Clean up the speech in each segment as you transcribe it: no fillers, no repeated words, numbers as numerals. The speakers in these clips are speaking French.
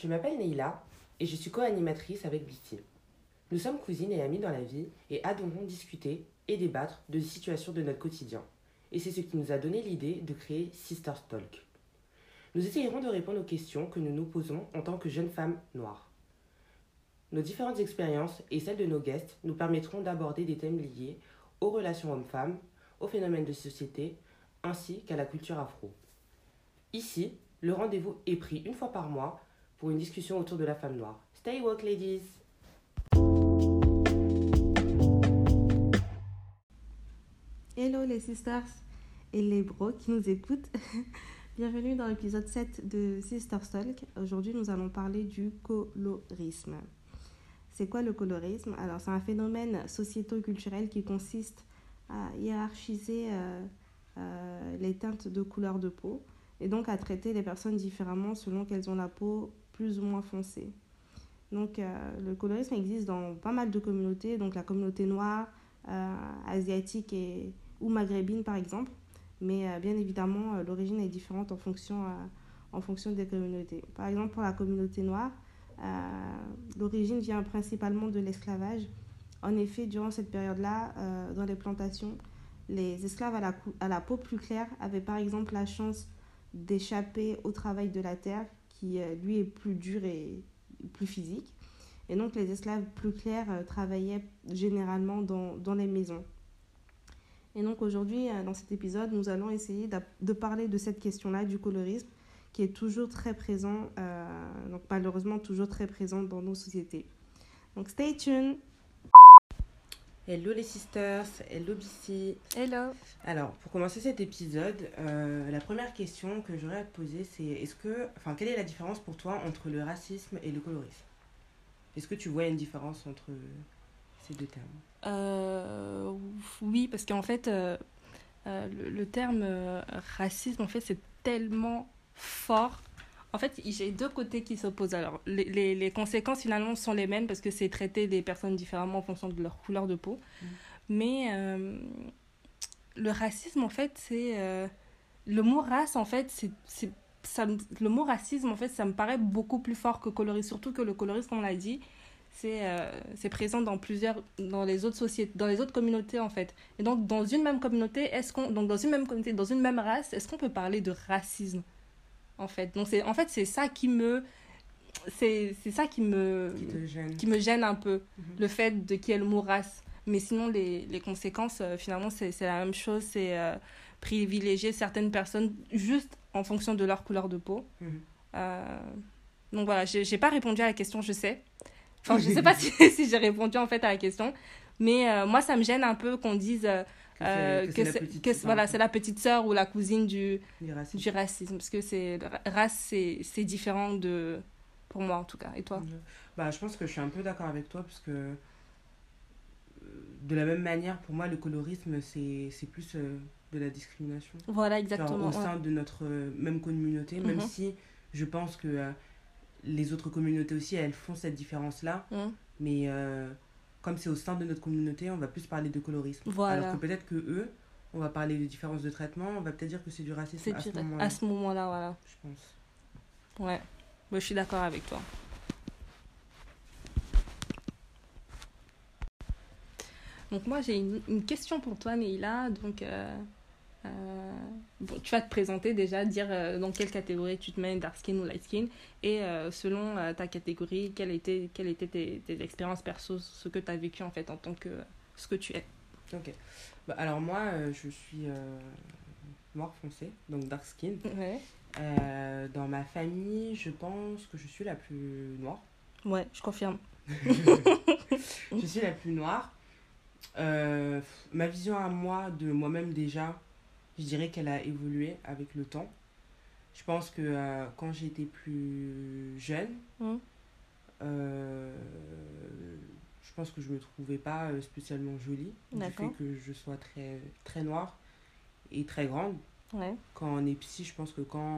Je m'appelle Neila et je suis co-animatrice avec Bitty. Nous sommes cousines et amies dans la vie et adorons discuter et débattre de situations de notre quotidien. Et c'est ce qui nous a donné l'idée de créer Sisters Talk. Nous essayerons de répondre aux questions que nous nous posons en tant que jeunes femmes noires. Nos différentes expériences et celles de nos guests nous permettront d'aborder des thèmes liés aux relations hommes-femmes, aux phénomènes de société, ainsi qu'à la culture afro. Ici, le rendez-vous est pris une fois par mois pour une discussion autour de la femme noire. Stay woke, ladies! Hello les sisters et les bros qui nous écoutent. Bienvenue dans l'épisode 7 de Sisters Talk. Aujourd'hui, nous allons parler du colorisme. C'est quoi le colorisme? Alors, c'est un phénomène sociéto-culturel qui consiste à hiérarchiser les teintes de couleur de peau et donc à traiter les personnes différemment selon qu'elles ont la peau plus ou moins foncée. Donc, le colorisme existe dans pas mal de communautés, donc la communauté noire, asiatique ou maghrébine par exemple, mais bien évidemment l'origine est différente en fonction des communautés. Par exemple, pour la communauté noire, l'origine vient principalement de l'esclavage. En effet, durant cette période-là, dans les plantations, les esclaves à la peau plus claire avaient par exemple la chance d'échapper au travail de la terre qui lui est plus dur et plus physique. Et donc les esclaves plus clairs travaillaient généralement dans les maisons. Et donc aujourd'hui, dans cet épisode, nous allons essayer de parler de cette question-là, du colorisme, qui est toujours très présent, donc malheureusement toujours très présent dans nos sociétés. Donc stay tuned. Hello les sisters, hello Bissy. Hello. Alors, pour commencer cet épisode, la première question que j'aurais à te poser, c'est quelle est la différence pour toi entre le racisme et le colorisme? Est-ce que tu vois une différence entre ces deux termes? Oui, parce qu'en fait, le terme racisme, en fait, c'est tellement fort. En fait, j'ai deux côtés qui s'opposent. Alors, les conséquences, finalement, sont les mêmes parce que c'est traiter des personnes différemment en fonction de leur couleur de peau. Mais le racisme, en fait, c'est... le mot race, en fait, le mot racisme, en fait, ça me paraît beaucoup plus fort que colorisme. Surtout que le colorisme, comme on l'a dit, c'est présent dans les autres sociétés, dans les autres communautés, en fait. Et donc, dans une même communauté, dans une même race, est-ce qu'on peut parler de racisme, en fait? Donc, c'est ça qui me gêne un peu, le fait qu'il y ait le mot race. Mais sinon, les conséquences, finalement, c'est la même chose. C'est privilégier certaines personnes juste en fonction de leur couleur de peau. Donc voilà, j'ai pas répondu à la question, je sais. Enfin, je sais pas si j'ai répondu en fait à la question. Mais moi, ça me gêne un peu qu'on dise c'est la petite sœur ou la cousine du racisme. Parce que race, c'est différent pour moi en tout cas. Et toi? Je pense que je suis un peu d'accord avec toi parce que de la même manière, pour moi, le colorisme, c'est plus de la discrimination. Voilà, exactement. Genre, au sein de notre même communauté, même si je pense que les autres communautés aussi, elles font cette différence-là. Mais comme c'est au sein de notre communauté, on va plus parler de colorisme. Voilà. Alors que peut-être que eux, on va parler de différence de traitement, on va peut-être dire que c'est du racisme à ce moment-là. Voilà. Je pense. Ouais, moi, je suis d'accord avec toi. Donc moi, j'ai une question pour toi, Neila. Donc, tu vas te présenter déjà, dire dans quelle catégorie tu te mets, dark skin ou light skin. Et selon ta catégorie, quelles étaient tes expériences perso, ce que tu as vécu en fait en tant que ce que tu es. Ok. Alors moi, je suis noire foncée, donc dark skin. Ouais. Dans ma famille, je pense que je suis la plus noire. Ouais, je confirme. Je suis la plus noire. Ma vision à moi, de moi-même déjà, je dirais qu'elle a évolué avec le temps. Je pense que quand j'étais plus jeune, je pense que je me trouvais pas spécialement jolie. D'accord. Du fait que je sois très, très noire et très grande. Ouais. Quand on est psy, je pense que quand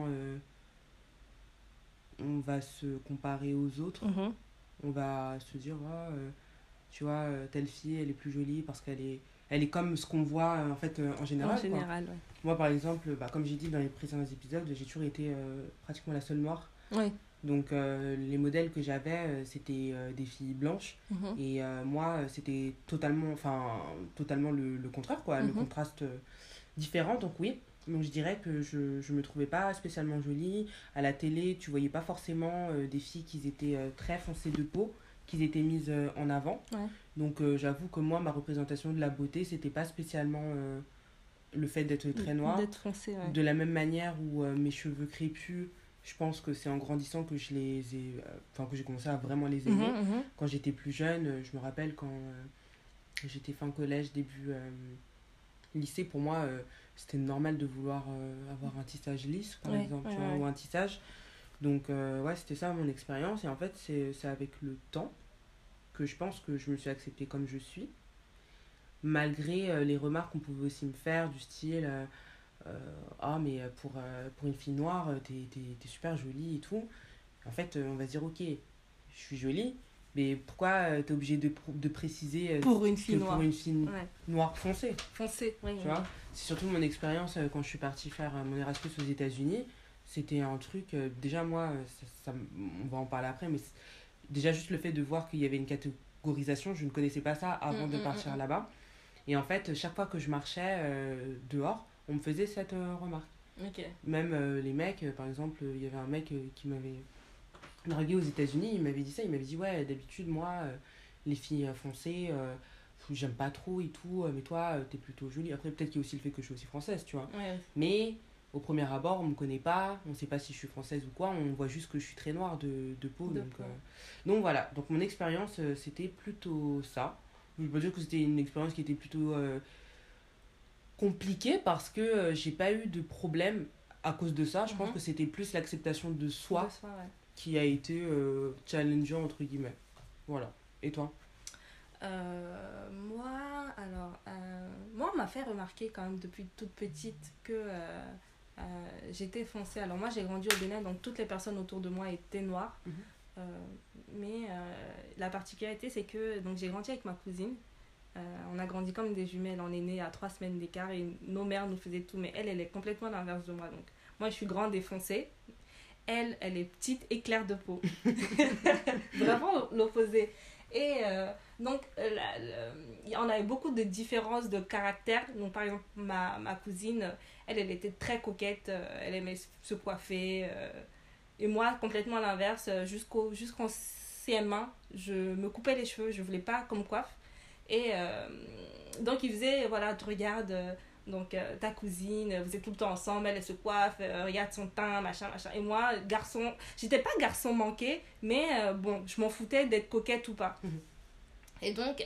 on va se comparer aux autres, on va se dire tu vois, telle fille, elle est plus jolie parce qu'elle est comme ce qu'on voit en fait en général. Ouais. Moi, par exemple, comme j'ai dit dans les précédents épisodes, j'ai toujours été pratiquement la seule noire Donc, les modèles que j'avais, c'était des filles blanches. Et moi, c'était totalement le contraire, quoi. Le contraste différent. Donc, oui. Donc, je dirais que je me trouvais pas spécialement jolie. À la télé, tu voyais pas forcément des filles qui étaient très foncées de peau, qui étaient mises en avant. Ouais. Donc, j'avoue que moi, ma représentation de la beauté, c'était pas spécialement le fait d'être très noire. D'être foncé, ouais. De la même manière où mes cheveux crépus, je pense que c'est en grandissant que je les ai, que j'ai commencé à vraiment les aimer. Quand j'étais plus jeune, je me rappelle quand j'étais fin collège, début lycée, pour moi, c'était normal de vouloir avoir un tissage lisse, par exemple, tu vois, ou un tissage. Donc, ouais, c'était ça mon expérience. Et en fait, c'est avec le temps que je pense que je me suis acceptée comme je suis, malgré les remarques qu'on pouvait aussi me faire, du style ah, mais pour une fille noire, t'es super jolie et tout. En fait, on va se dire, ok, je suis jolie, mais pourquoi t'es obligé de préciser pour une fille que noire. pour une fille noire foncée. Foncée, oui. Tu vois, c'est surtout mon expérience quand je suis partie faire mon Erasmus aux États-Unis. C'était un truc, déjà moi, on va en parler après, mais déjà juste le fait de voir qu'il y avait une catégorisation, je ne connaissais pas ça avant de partir là-bas. Et en fait, chaque fois que je marchais dehors, on me faisait cette remarque. Okay. Même les mecs, par exemple, il y avait un mec qui m'avait dragué aux États-Unis, il m'avait dit ça, il m'avait dit ouais, d'habitude, moi, les filles foncées, j'aime pas trop et tout, mais toi, t'es plutôt jolie. Après, peut-être qu'il y a aussi le fait que je suis aussi française, tu vois. Ouais. Mais au premier abord, on me connaît pas, on sait pas si je suis française ou quoi, on voit juste que je suis très noire de peau. Donc voilà, donc mon expérience, c'était plutôt ça. Je peux dire que c'était une expérience qui était plutôt compliquée parce que j'ai pas eu de problème à cause de ça. Je pense que c'était plus l'acceptation de soi qui a été challengeant entre guillemets. Voilà. Et toi? Moi, on m'a fait remarquer quand même depuis toute petite que j'étais foncée. Alors moi, j'ai grandi au Bénin, donc toutes les personnes autour de moi étaient noires. Mais la particularité, c'est que donc, j'ai grandi avec ma cousine. On a grandi comme des jumelles. On est nés à 3 semaines d'écart et nos mères nous faisaient tout. Mais elle est complètement l'inverse de moi. Donc, moi, je suis grande et foncée. Elle est petite et claire de peau. Vraiment l'opposé. Et donc, on avait beaucoup de différences de caractère. Donc, par exemple, ma cousine, elle était très coquette. Elle aimait se coiffer. Et moi, complètement à l'inverse. Jusqu'en CM1, je me coupais les cheveux. Je ne voulais pas qu'on me coiffe. Et donc, il faisait, voilà, tu regardes ta cousine, vous êtes tout le temps ensemble, elle se coiffe, regarde son teint, machin. Et moi, garçon, j'étais pas garçon manqué, mais bon, je m'en foutais d'être coquette ou pas. Et donc,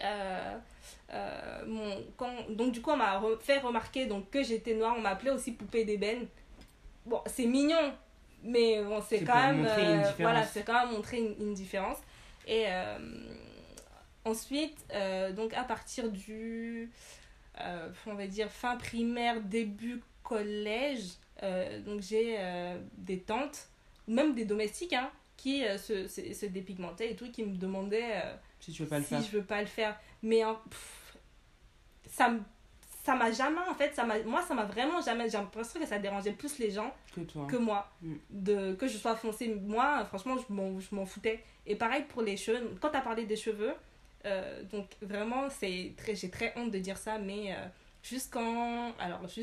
donc, du coup, on m'a fait remarquer que j'étais noire, on m'appelait aussi poupée d'ébène. Bon, c'est mignon, mais bon, c'est quand même voilà, c'est quand même montrer une différence. Et ensuite, donc à partir du on va dire fin primaire, début collège, donc j'ai des tantes ou même des domestiques qui se dépigmentaient et tout, qui me demandaient si je veux pas le faire. Mais ça m'a jamais, en fait, moi ça m'a vraiment jamais, j'ai l'impression que ça dérangeait plus les gens que moi, que je sois foncée. Moi, franchement, je m'en foutais. Et pareil pour les cheveux. Quand tu as parlé des cheveux, donc vraiment, j'ai très honte de dire ça, mais jusqu'en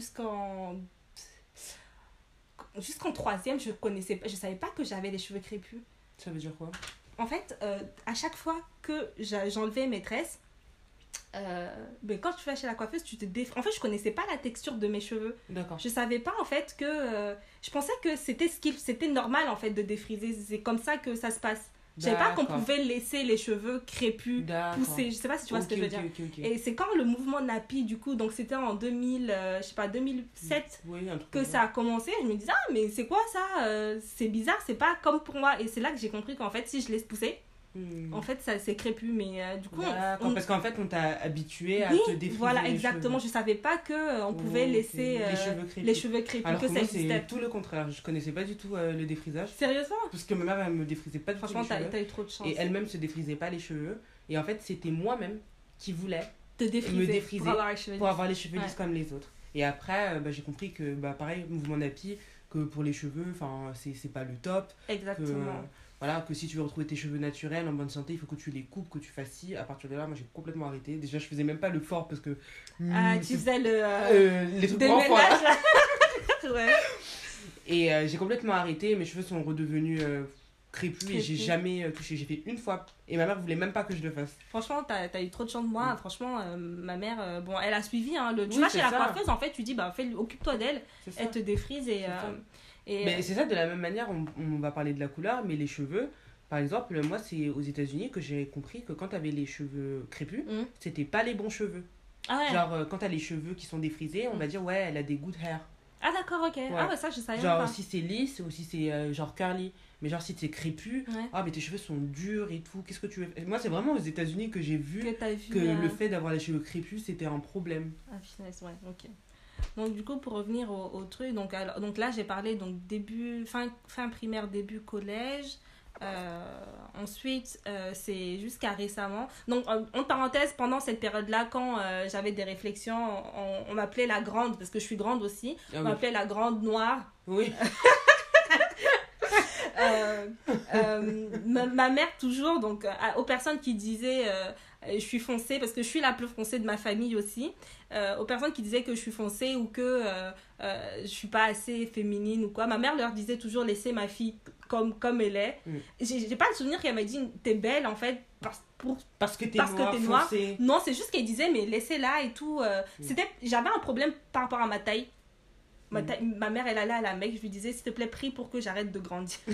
3e, je savais pas que j'avais les cheveux crépus. Ça veut dire quoi? En fait, à chaque fois que j'enlevais mes tresses, quand tu vas chez la coiffeuse, en fait, je connaissais pas la texture de mes cheveux. D'accord. Je savais pas en fait que je pensais que c'était normal en fait de défriser. C'est comme ça que ça se passe. Je savais pas qu'on pouvait laisser les cheveux crépus pousser. Je sais pas si tu vois ce que je veux dire. Et c'est quand le mouvement nappy, du coup, donc c'était en 2007 que ça a commencé. Je me disais, ah, mais c'est quoi ça? C'est bizarre, c'est pas comme pour moi. Et c'est là que j'ai compris qu'en fait, si je laisse pousser, en fait, ça c'est crépus. Mais du coup, parce qu'en fait, on t'a habitué à te défriser. Voilà, exactement. Je savais pas qu'on pouvait laisser les cheveux crépus. Alors que moi, c'est tout le contraire. Je connaissais pas du tout le défrisage. Sérieusement? Parce que ma mère, elle me défrisait pas du tout les cheveux. Franchement, t'as eu trop de chance. Et elle-même se défrisait pas les cheveux. Et en fait, c'était moi-même qui voulais me défriser pour avoir les cheveux lisses comme les autres. Et après, j'ai compris que, pareil, mouvement nappy, que pour les cheveux, c'est pas le top. Exactement. voilà, que si tu veux retrouver tes cheveux naturels en bonne santé, il faut que tu les coupes, que tu fasses ci. À partir de là, moi j'ai complètement arrêté. Déjà, je faisais même pas le fort parce que. Tu faisais les trucs pour enfants, là. Ouais. Et j'ai complètement arrêté. Mes cheveux sont redevenus crépus et j'ai jamais touché. J'ai fait une fois et ma mère voulait même pas que je le fasse. Franchement, t'as eu trop de chance de moi. Franchement, ma mère, bon, elle a suivi. Hein, tu Oui, vas c'est chez la ça. coiffeuse, en fait, tu dis, occupe-toi d'elle. C'est ça. Elle te défrise et. Mais c'est ça, de la même manière, on va parler de la couleur, mais les cheveux, par exemple, moi, c'est aux États-Unis que j'ai compris que quand t'avais les cheveux crépus, c'était pas les bons cheveux. Ah ouais. Genre, quand t'as les cheveux qui sont défrisés, on va dire, ouais, elle a des good hair. Ah d'accord, ok. Ouais. Ah ouais, ça, je savais Genre, pas. si c'est lisse ou si c'est genre curly. Mais genre, si c'est crépus, ah, mais tes cheveux sont durs et tout, qu'est-ce que tu veux. Moi, c'est vraiment aux États-Unis que j'ai vu que le fait d'avoir les cheveux crépus, c'était un problème. Ah, finesse, ouais, ok. Donc du coup, pour revenir au truc, donc là j'ai parlé donc fin primaire, début collège. Ensuite, c'est jusqu'à récemment. Donc en parenthèse, pendant cette période-là, quand j'avais des réflexions, on m'appelait la grande, parce que je suis grande aussi. On m'appelait la grande noire. Oui. Ma mère toujours, donc aux personnes qui disaient je suis foncée, parce que je suis la plus foncée de ma famille aussi, aux personnes qui disaient que je suis foncée ou que je suis pas assez féminine ou quoi, ma mère leur disait toujours laissez ma fille comme elle est. J'ai pas le souvenir qu'elle m'a dit t'es belle en fait parce que t'es noire. Non, c'est juste qu'elle disait mais laissez-la et tout. J'avais un problème par rapport à ma taille. Ma mère, elle allait à la Mecque, je lui disais s'il te plaît, prie pour que j'arrête de grandir. Je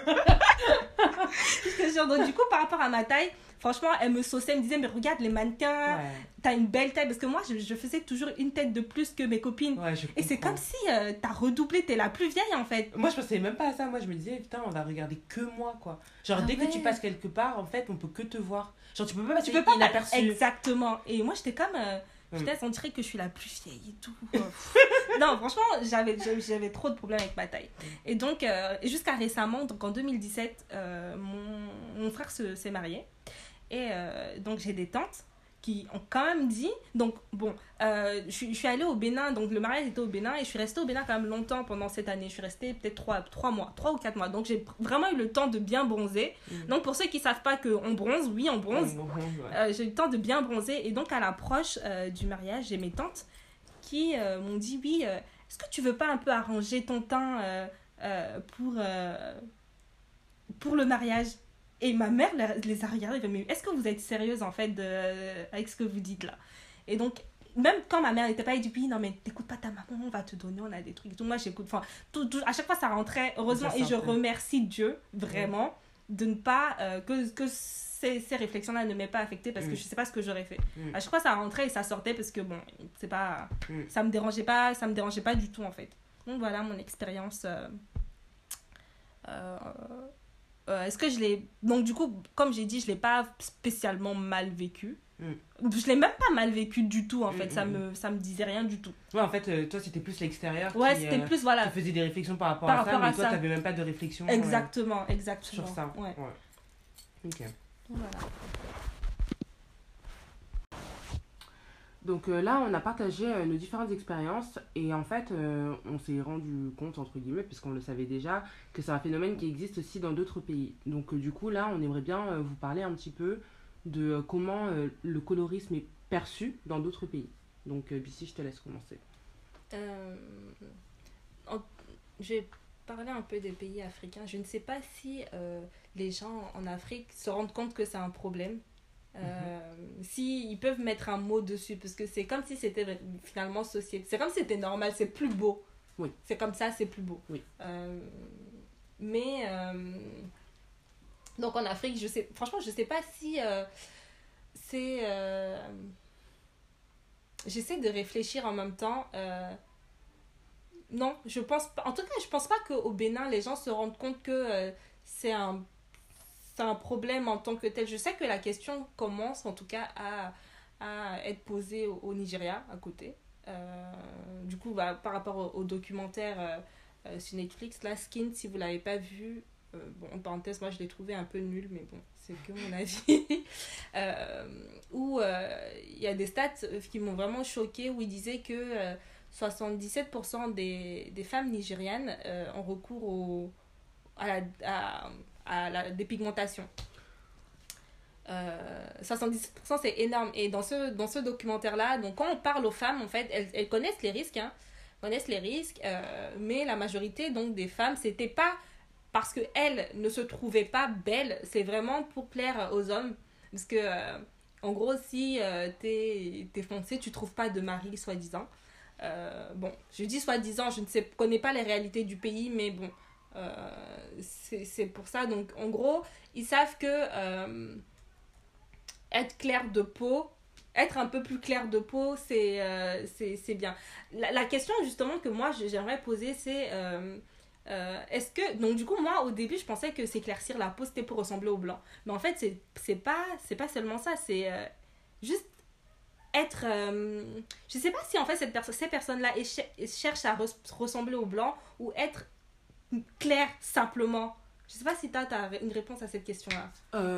te jure. Donc du coup, par rapport à ma taille, franchement, elle me sauçait, elle me disait mais regarde les mannequins, t'as une belle taille, parce que moi je faisais toujours une tête de plus que mes copines. Et c'est comme si t'as redoublé, t'es la plus vieille en fait. Moi je pensais même pas à ça, moi je me disais putain on va regarder que moi quoi. Genre dès que tu passes quelque part en fait on peut que te voir. Genre tu peux pas passer inaperçu. Exactement. Et moi j'étais comme putain, on dirait que je suis la plus vieille et tout. Non, franchement, j'avais trop de problèmes avec ma taille. Et donc, jusqu'à récemment, donc en 2017, mon frère s'est marié. Et donc, j'ai des tantes qui ont quand même dit... Donc, bon, je suis allée au Bénin. Donc, le mariage était au Bénin. Et je suis restée au Bénin quand même longtemps pendant cette année. Je suis restée peut-être 3 mois, 3 ou 4 mois. Donc, j'ai vraiment eu le temps de bien bronzer. Donc, pour ceux qui ne savent pas qu'on bronze, oui, on bronze. J'ai eu le temps de bien bronzer. Et donc, à l'approche du mariage, j'ai mes tantes qui m'ont dit, oui, est-ce que tu veux pas un peu arranger ton teint pour le mariage? Et ma mère les a regardés, mais est-ce que vous êtes sérieuse en fait avec ce que vous dites là? Et donc, même quand ma mère n'était pas, elle dit oui, non mais t'écoutes pas ta maman, on va te donner, on a des trucs et tout. Moi j'écoute, enfin, à chaque fois ça rentrait, heureusement, et je remercie Dieu vraiment de ne pas, que ces réflexions-là ne m'aient pas affectée, parce que je sais pas ce que j'aurais fait. À chaque fois ça rentrait et ça sortait parce que bon, c'est pas, ça me dérangeait pas du tout en fait. Donc voilà mon expérience. Est-ce que je l'ai... Donc, du coup, comme j'ai dit, je ne l'ai pas spécialement mal vécu. Je ne l'ai même pas mal vécu du tout, en fait. Ça me disait rien du tout. Ouais, en fait, toi, c'était plus l'extérieur c'était plus, voilà. qui faisait des réflexions par rapport à ça, mais toi, tu n'avais même pas de réflexion exactement. sur ça. Ouais. Ok. Voilà. Donc là, on a partagé nos différentes expériences et en fait, on s'est rendu compte, entre guillemets, puisqu'on le savait déjà, que c'est un phénomène qui existe aussi dans d'autres pays. Donc du coup, là, on aimerait bien vous parler un petit peu de comment le colorisme est perçu dans d'autres pays. Donc Bissy, je te laisse commencer. Je vais parler un peu des pays africains. Je ne sais pas si les gens en Afrique se rendent compte que c'est un problème. Si ils peuvent mettre un mot dessus, parce que c'est comme si c'était finalement société, c'est comme si c'était normal, c'est plus beau, c'est comme ça, c'est plus beau, mais donc en Afrique franchement je sais pas si c'est j'essaie de réfléchir en même temps. Non, je pense pas, en tout cas je pense pas qu'au Bénin les gens se rendent compte que c'est un problème en tant que tel. Je sais que la question commence en tout cas à être posée au Nigeria à côté. Du coup, par rapport au documentaire sur Netflix, là, Skin, si vous ne l'avez pas vu, bon, en parenthèse, moi je l'ai trouvé un peu nul, mais bon, c'est que mon avis. Où il y a des stats qui m'ont vraiment choquée, où ils disaient que 77% des femmes nigérianes ont recours à la dépigmentation. 70% c'est énorme. Et dans ce documentaire-là, donc quand on parle aux femmes, en fait, elles connaissent les risques, mais la majorité donc, des femmes, c'était pas parce qu'elles ne se trouvaient pas belles, c'est vraiment pour plaire aux hommes. Parce que, en gros, si t'es foncé, tu trouves pas de mari, soi-disant. Bon, je dis soi-disant, je ne connais pas les réalités du pays, mais bon, c'est pour ça. Donc, en gros, ils savent que être clair de peau, être un peu plus clair de peau, c'est bien. La question, justement, que moi, j'aimerais poser, c'est... est-ce que... Donc, du coup, moi, au début, je pensais que s'éclaircir la peau, c'était pour ressembler au blanc. Mais en fait, c'est pas seulement ça. C'est juste être... je sais pas si, en fait, ces personnes-là cherchent à ressembler au blanc ou être clair, simplement. Je sais pas si t'as une réponse à cette question-là.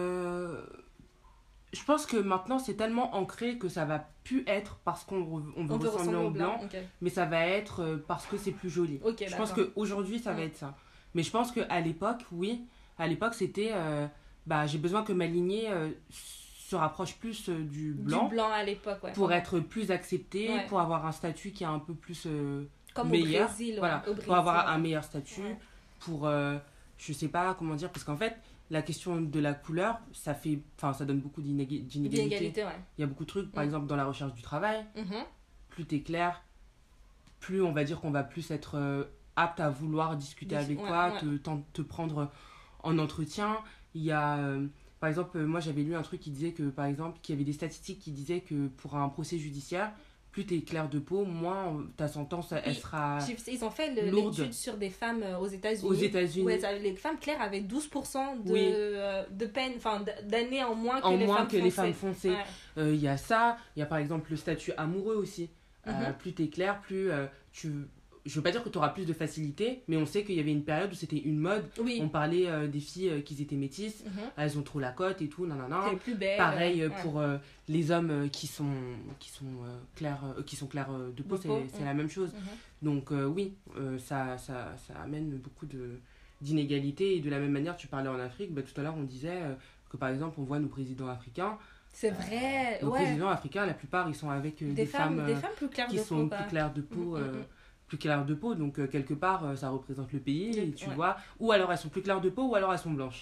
Je pense que maintenant, c'est tellement ancré que ça va plus être parce qu'on veut ressembler au blanc, okay. Mais ça va être parce que c'est plus joli. Okay, je pense qu'aujourd'hui, ça va être ça. Mais je pense qu'à l'époque, c'était j'ai besoin que ma lignée se rapproche plus du blanc. Du blanc à l'époque, ouais. Pour être plus acceptée, pour avoir un statut qui est un peu plus comme meilleur. Au Brésil, voilà, au Brésil, pour avoir un meilleur statut, pour, je sais pas comment dire, parce qu'en fait, la question de la couleur, ça donne beaucoup d'inégalités. Ouais. Il y a beaucoup de trucs, par exemple, dans la recherche du travail, plus t'es clair, plus on va dire qu'on va plus être apte à vouloir discuter avec toi, te prendre en entretien. Il y a, par exemple, moi j'avais lu un truc qui disait que, par exemple, qu'il y avait des statistiques qui disaient que pour un procès judiciaire, plus t'es clair de peau, moins ta sentence, elle sera Ils ont fait l'étude sur des femmes aux États-Unis. Aux États-Unis. Ouais, les femmes claires avaient 12% de peine, enfin d'années en moins que les femmes foncées. Il y a ça, il y a par exemple le statut amoureux aussi. Plus t'es clair, plus je veux pas dire que tu auras plus de facilité, mais on sait qu'il y avait une période où c'était une mode. Oui. On parlait des filles qui étaient métisses, elles ont trop la cote et tout, nanana. C'est plus belle. Pareil pour les hommes qui sont clairs de peau, c'est la même chose. Donc oui, ça amène beaucoup d'inégalités. Et de la même manière, tu parlais en Afrique, tout à l'heure on disait que par exemple on voit nos présidents africains. C'est vrai. Nos présidents africains, la plupart ils sont avec des femmes plus claires qui de sont peau, plus claires de peau. Plus claires de peau, donc quelque part ça représente le pays, et tu vois, ou alors elles sont plus claires de peau ou alors elles sont blanches.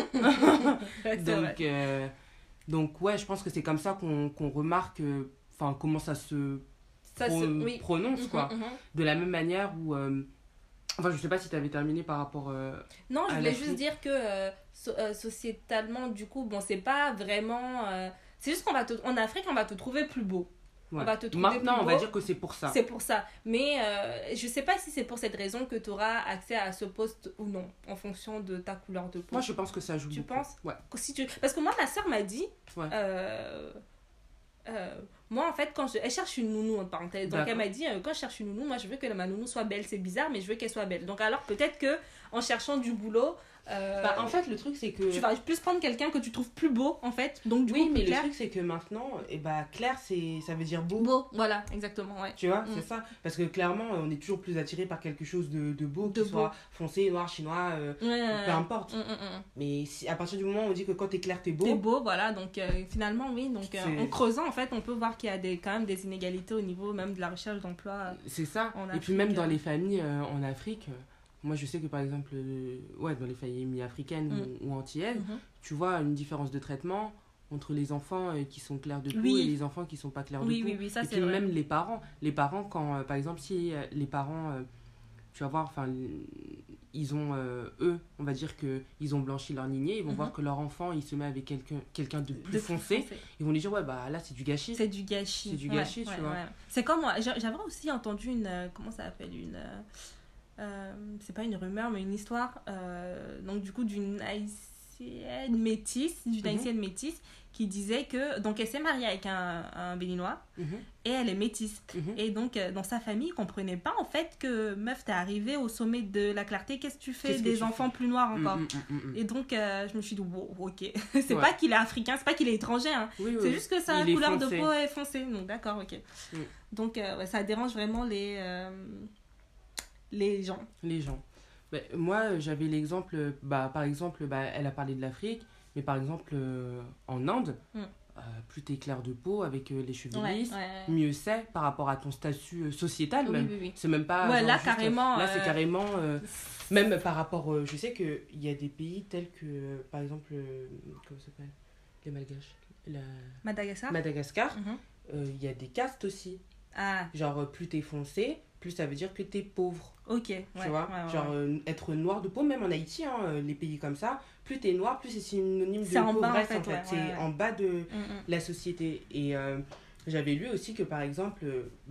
Donc ouais, je pense que c'est comme ça qu'on remarque comment ça se prononce quoi. De la même manière où je sais pas si tu avais terminé par rapport non, je voulais juste dire que sociétalement du coup c'est pas vraiment c'est juste qu'en Afrique on va te trouver plus beau. Ouais. Maintenant, on va dire que c'est pour ça. C'est pour ça. Mais je sais pas si c'est pour cette raison que tu auras accès à ce poste ou non, en fonction de ta couleur de peau. Moi, je pense que ça joue beaucoup. Tu penses ? Ouais. Parce que moi, ma soeur m'a dit... moi, en fait, elle cherche une nounou, en parenthèse. Donc, elle m'a dit, quand je cherche une nounou, moi, je veux que ma nounou soit belle. C'est bizarre, mais je veux qu'elle soit belle. Donc, alors, peut-être que en cherchant du boulot... en fait, le truc, c'est que... Tu vas plus prendre quelqu'un que tu trouves plus beau, en fait. Donc, du coup, mais clair. le truc, c'est que maintenant, clair, ça veut dire beau. Beau, voilà, exactement, ouais. Tu vois, c'est ça. Parce que clairement, on est toujours plus attiré par quelque chose de beau, qui soit foncé, noir, chinois, peu importe. Mais à partir du moment où on dit que quand t'es clair, t'es beau... T'es beau, voilà. Donc, finalement, oui. Donc, en creusant, en fait, on peut voir qu'il y a quand même des inégalités au niveau même de la recherche d'emploi. C'est ça. Et puis même dans les familles en Afrique... Moi, je sais que par exemple, dans les familles africaines ou antillaises, tu vois une différence de traitement entre les enfants qui sont clairs de peau et les enfants qui sont pas clairs de peau. Oui, ça et c'est puis vrai. Même les parents quand, par exemple, si les parents, tu vas voir, ils ont, eux, on va dire qu'ils ont blanchi leur lignée, ils vont voir que leur enfant, il se met avec quelqu'un de plus foncé. Ils vont lui dire, là, c'est du gâchis. C'est du gâchis. Tu vois. Ouais. C'est comme moi, j'avais aussi entendu comment ça s'appelle, c'est pas une rumeur mais une histoire donc du coup d'une haïtienne métisse qui disait que donc elle s'est mariée avec un béninois et elle est métisse et donc dans sa famille ils comprenaient pas en fait que meuf t'es arrivée au sommet de la clarté, qu'est-ce que tu fais des enfants plus noirs encore et donc je me suis dit wow, ok c'est pas qu'il est africain, c'est pas qu'il est étranger hein. C'est juste que sa couleur de peau est foncée, donc d'accord, ok donc ça dérange vraiment les gens. Moi, j'avais l'exemple, par exemple, elle a parlé de l'Afrique, mais par exemple, en Inde, plus t'es clair de peau avec les cheveux lisses, mieux c'est par rapport à ton statut sociétal même. Oui. C'est même pas. Ouais, là, juste, carrément. Là, c'est carrément. Même par rapport. Je sais qu'il y a des pays tels que, par exemple, comment ça s'appelle les Malgaches. Madagascar. Il y a des castes aussi. Ah. Genre, plus t'es foncé, plus ça veut dire que t'es pauvre. Ok. Tu vois genre, être noir de peau, même en Haïti, les pays comme ça, plus t'es noir, plus c'est synonyme de pauvresse, en fait. C'est en bas de la société. Et j'avais lu aussi que, par exemple,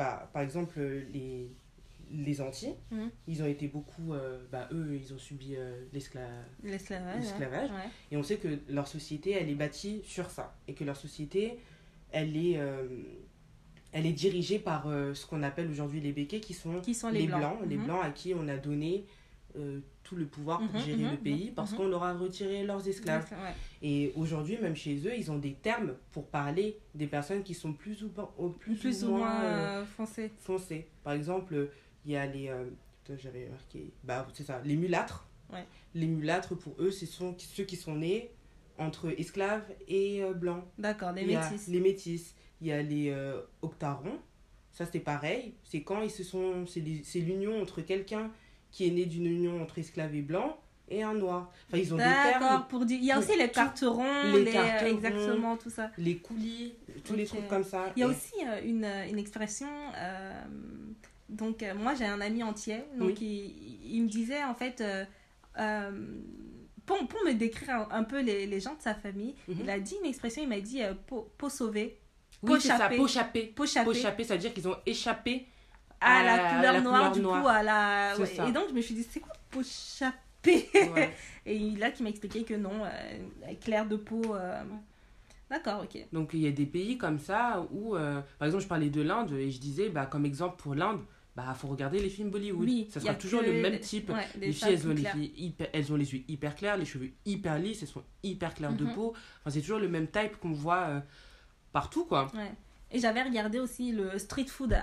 les Antilles, ils ont été beaucoup... eux, ils ont subi l'esclavage. Et on sait que leur société, elle est bâtie sur ça. Et que leur société, elle est dirigée par ce qu'on appelle aujourd'hui les békés, qui sont les blancs. Les blancs à qui on a donné tout le pouvoir pour gérer le pays parce qu'on leur a retiré leurs esclaves. Et aujourd'hui, même chez eux, ils ont des termes pour parler des personnes qui sont plus ou moins foncées. Par exemple, il y a les... j'avais marqué... c'est ça, les mulâtres. Ouais. Les mulâtres, pour eux, ce sont ceux qui sont nés entre esclaves et blancs. D'accord, les métis. Les métis. Il y a les octarons, ça c'est pareil, c'est quand c'est l'union entre quelqu'un qui est né d'une union entre esclaves et blancs et un noir. Enfin, ils ont des termes. Il y a aussi les carterons, exactement, tout ça. Les coulis, tous les trucs comme ça. Il y a aussi une expression, donc moi j'ai un ami entier, donc il me disait en fait, pour me décrire un peu les gens de sa famille, il a dit une expression, il m'a dit peau sauvée. Oui, c'est ça, peau chappée. Ça veut dire qu'ils ont échappé à la couleur noire, du coup, à la... Et donc, je me suis dit, c'est quoi peau chappée? Et là, qui m'a expliqué que non, clair de peau... D'accord, ok. Donc, il y a des pays comme ça où, par exemple, je parlais de l'Inde et je disais, comme exemple pour l'Inde, faut regarder les films Bollywood. Oui, ça sera toujours le même type. Les filles, elles ont les yeux hyper clairs, les cheveux hyper lisses, elles sont hyper claires de peau. Enfin, c'est toujours le même type qu'on voit... partout quoi. Et j'avais regardé aussi le street food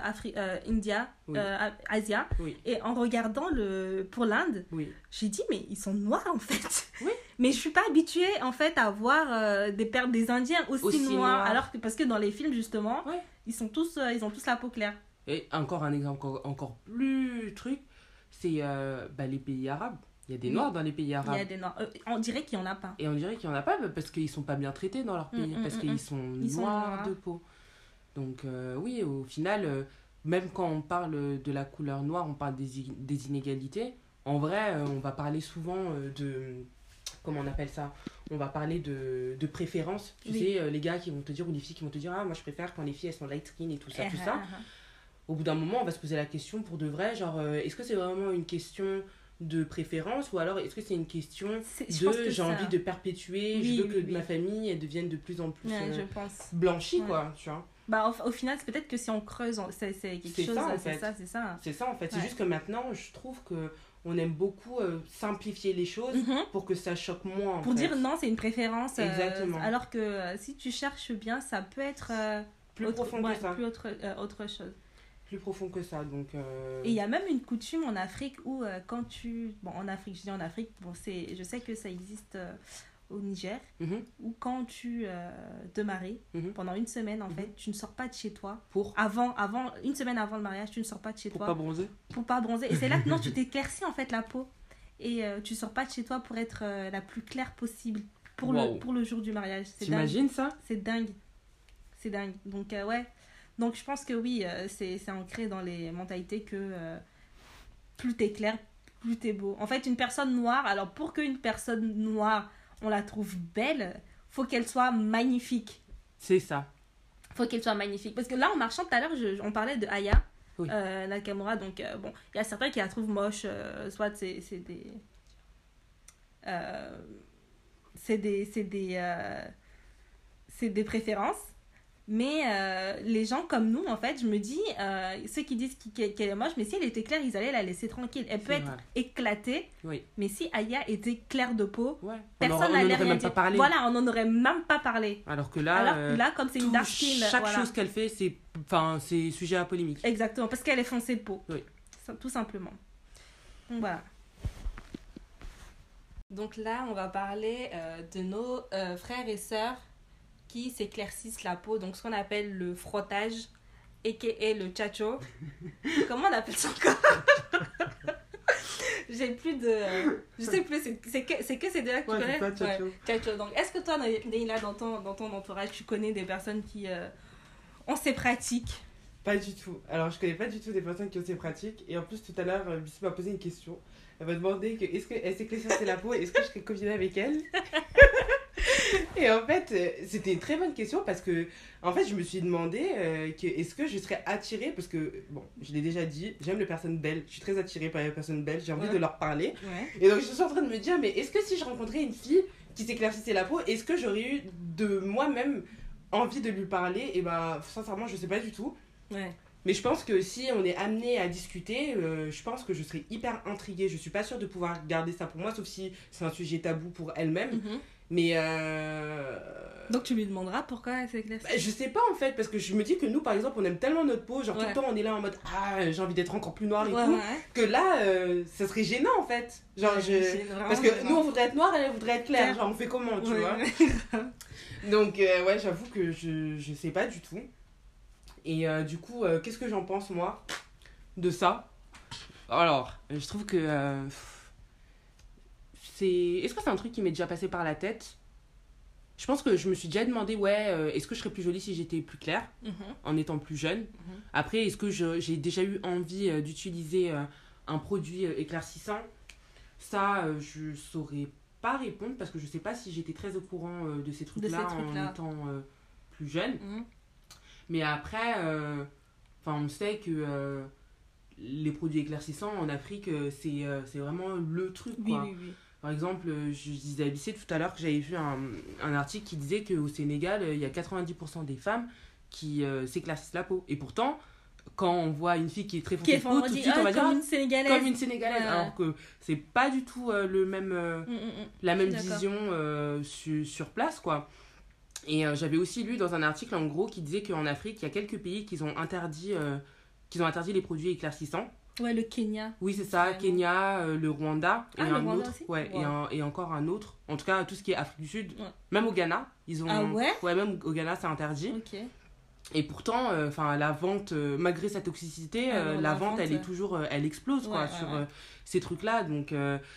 Asia et en regardant pour l'Inde, j'ai dit mais ils sont noirs en fait. Mais je suis pas habituée en fait à voir des Indiens aussi noirs alors que parce que dans les films justement, ils ont tous la peau claire. Et encore un exemple encore plus c'est les pays arabes. Il y a des noirs dans les pays arabes. Il y a des noirs. On dirait qu'il n'y en a pas. Et on dirait qu'il n'y en a pas parce qu'ils ne sont pas bien traités dans leur pays, parce qu'ils sont noirs de peau. Donc oui, au final, même quand on parle de la couleur noire, on parle des inégalités. En vrai, on va parler souvent de... Comment on appelle ça? On va parler de préférence. Tu sais, les gars qui vont te dire, ou les filles qui vont te dire, moi je préfère quand les filles elles sont light skin et tout ça, tout ça. Au bout d'un moment, on va se poser la question pour de vrai, genre, est-ce que c'est vraiment une question de préférence ou alors est-ce que c'est une question j'ai envie de perpétuer, je veux que ma famille elle devienne de plus en plus blanchie quoi, tu vois. Au final c'est peut-être que si on creuse c'est quelque chose, c'est ça en fait. C'est juste que maintenant je trouve que on aime beaucoup simplifier les choses pour que ça choque moins pour dire non c'est une préférence. Exactement. Alors que si tu cherches bien ça peut être plus profond que ça, plus autre chose. Plus profond que ça, donc... Et il y a même une coutume en Afrique où quand tu... Bon, en Afrique, je dis en Afrique, je sais que ça existe au Niger, où quand tu te maries, pendant une semaine, en fait, tu ne sors pas de chez toi. Une semaine avant le mariage, tu ne sors pas de chez toi. Pour pas bronzer. Et c'est là que non, tu t'éclaircis, en fait, la peau. Et tu sors pas de chez toi pour être la plus claire possible pour le jour du mariage. T'imagines ça? C'est dingue. Donc, Donc, je pense que oui, c'est ancré dans les mentalités que plus t'es clair, plus t'es beau. En fait, une personne noire, alors pour qu'une personne noire, on la trouve belle, faut qu'elle soit magnifique. C'est ça. Faut qu'elle soit magnifique. Parce que là, en marchant tout à l'heure, on parlait de Aya Nakamura. Donc, il y a certains qui la trouvent moche. Soit c'est des préférences. Mais les gens comme nous, en fait, je me dis, ceux qui disent qu'elle est moche, mais si elle était claire, ils allaient la laisser tranquille. Elle peut être éclatée, mais si Aya était claire de peau, personne n'allait rien dire. Voilà, on n'en aurait même pas parlé. Alors que là, comme c'est une dark skin... Chaque chose qu'elle fait, c'est sujet à polémique. Exactement, parce qu'elle est foncée de peau. Tout simplement. Donc voilà. Donc là, on va parler de nos frères et sœurs qui s'éclaircissent la peau, donc ce qu'on appelle le frottage, a.k.a. le chacho. Comment on appelle ça encore? J'ai plus de... je sais plus, c'est que ces deux-là que tu connais? C'est pas chacho. Ouais, chacho. Donc, est-ce que toi, Neila, dans ton entourage, tu connais des personnes qui ont ces pratiques? Pas du tout. Alors, je connais pas du tout des personnes qui ont ces pratiques. Et en plus, tout à l'heure, Bissy m'a posé une question. Elle m'a demandé que, est-ce qu'elle s'éclaircissait la peau, est-ce que je serais copine avec elle? Et en fait, c'était une très bonne question parce que, en fait, je me suis demandé est-ce que je serais attirée, parce que, bon, je l'ai déjà dit, j'aime les personnes belles, je suis très attirée par les personnes belles, j'ai envie de leur parler. Ouais. Et donc, je suis en train de me dire, mais est-ce que si je rencontrais une fille qui s'éclaircissait la peau, est-ce que j'aurais eu de moi-même envie de lui parler? Et ben, sincèrement, je sais pas du tout. Ouais. Mais je pense que si on est amené à discuter, je pense que je serais hyper intriguée. Je suis pas sûre de pouvoir garder ça pour moi, sauf si c'est un sujet tabou pour elle-même. Mhm. Mais Donc tu lui demanderas pourquoi elle s'éclaircit? je sais pas en fait, parce que je me dis que nous par exemple on aime tellement notre peau, genre tout le temps on est là en mode ah j'ai envie d'être encore plus noire et tout, que là ça serait gênant en fait. Genre parce que nous on voudrait être noire, elle voudrait être claire, genre on fait comment tu vois. Donc ouais, j'avoue que je sais pas du tout. Et du coup qu'est-ce que j'en pense moi de ça? Alors je trouve que est-ce que c'est un truc qui m'est déjà passé par la tête? Je pense que je me suis déjà demandé, est-ce que je serais plus jolie si j'étais plus claire, en étant plus jeune? Après, est-ce que j'ai déjà eu envie d'utiliser un produit éclaircissant? Ça, je saurais pas répondre parce que je sais pas si j'étais très au courant de ces trucs-là en étant plus jeune. Mais après, on sait que les produits éclaircissants en Afrique, c'est vraiment le truc, quoi. Oui. Par exemple, je disais à Bissé tout à l'heure que j'avais vu un article qui disait qu'au Sénégal, il y a 90% des femmes qui s'éclaircissent la peau. Et pourtant, quand on voit une fille qui est très foncée de peau, tout de suite on va dire comme une Sénégalaise. Comme une Sénégalaise. Alors que c'est pas du tout la même vision sur place, quoi. Et j'avais aussi lu dans un article en gros qui disait qu'en Afrique, il y a quelques pays qui ont interdit les produits éclaircissants. Ouais, le Kenya. Oui, c'est ça, Kenya, le Rwanda et un autre. Aussi et encore un autre. En tout cas, tout ce qui est Afrique du Sud. Ouais. Même au Ghana, ils ont. Ah ouais? Ouais, même au Ghana, c'est interdit. Ok. Et pourtant, la vente, malgré sa toxicité, la vente, elle est toujours, elle explose quoi, sur ces trucs-là. Donc,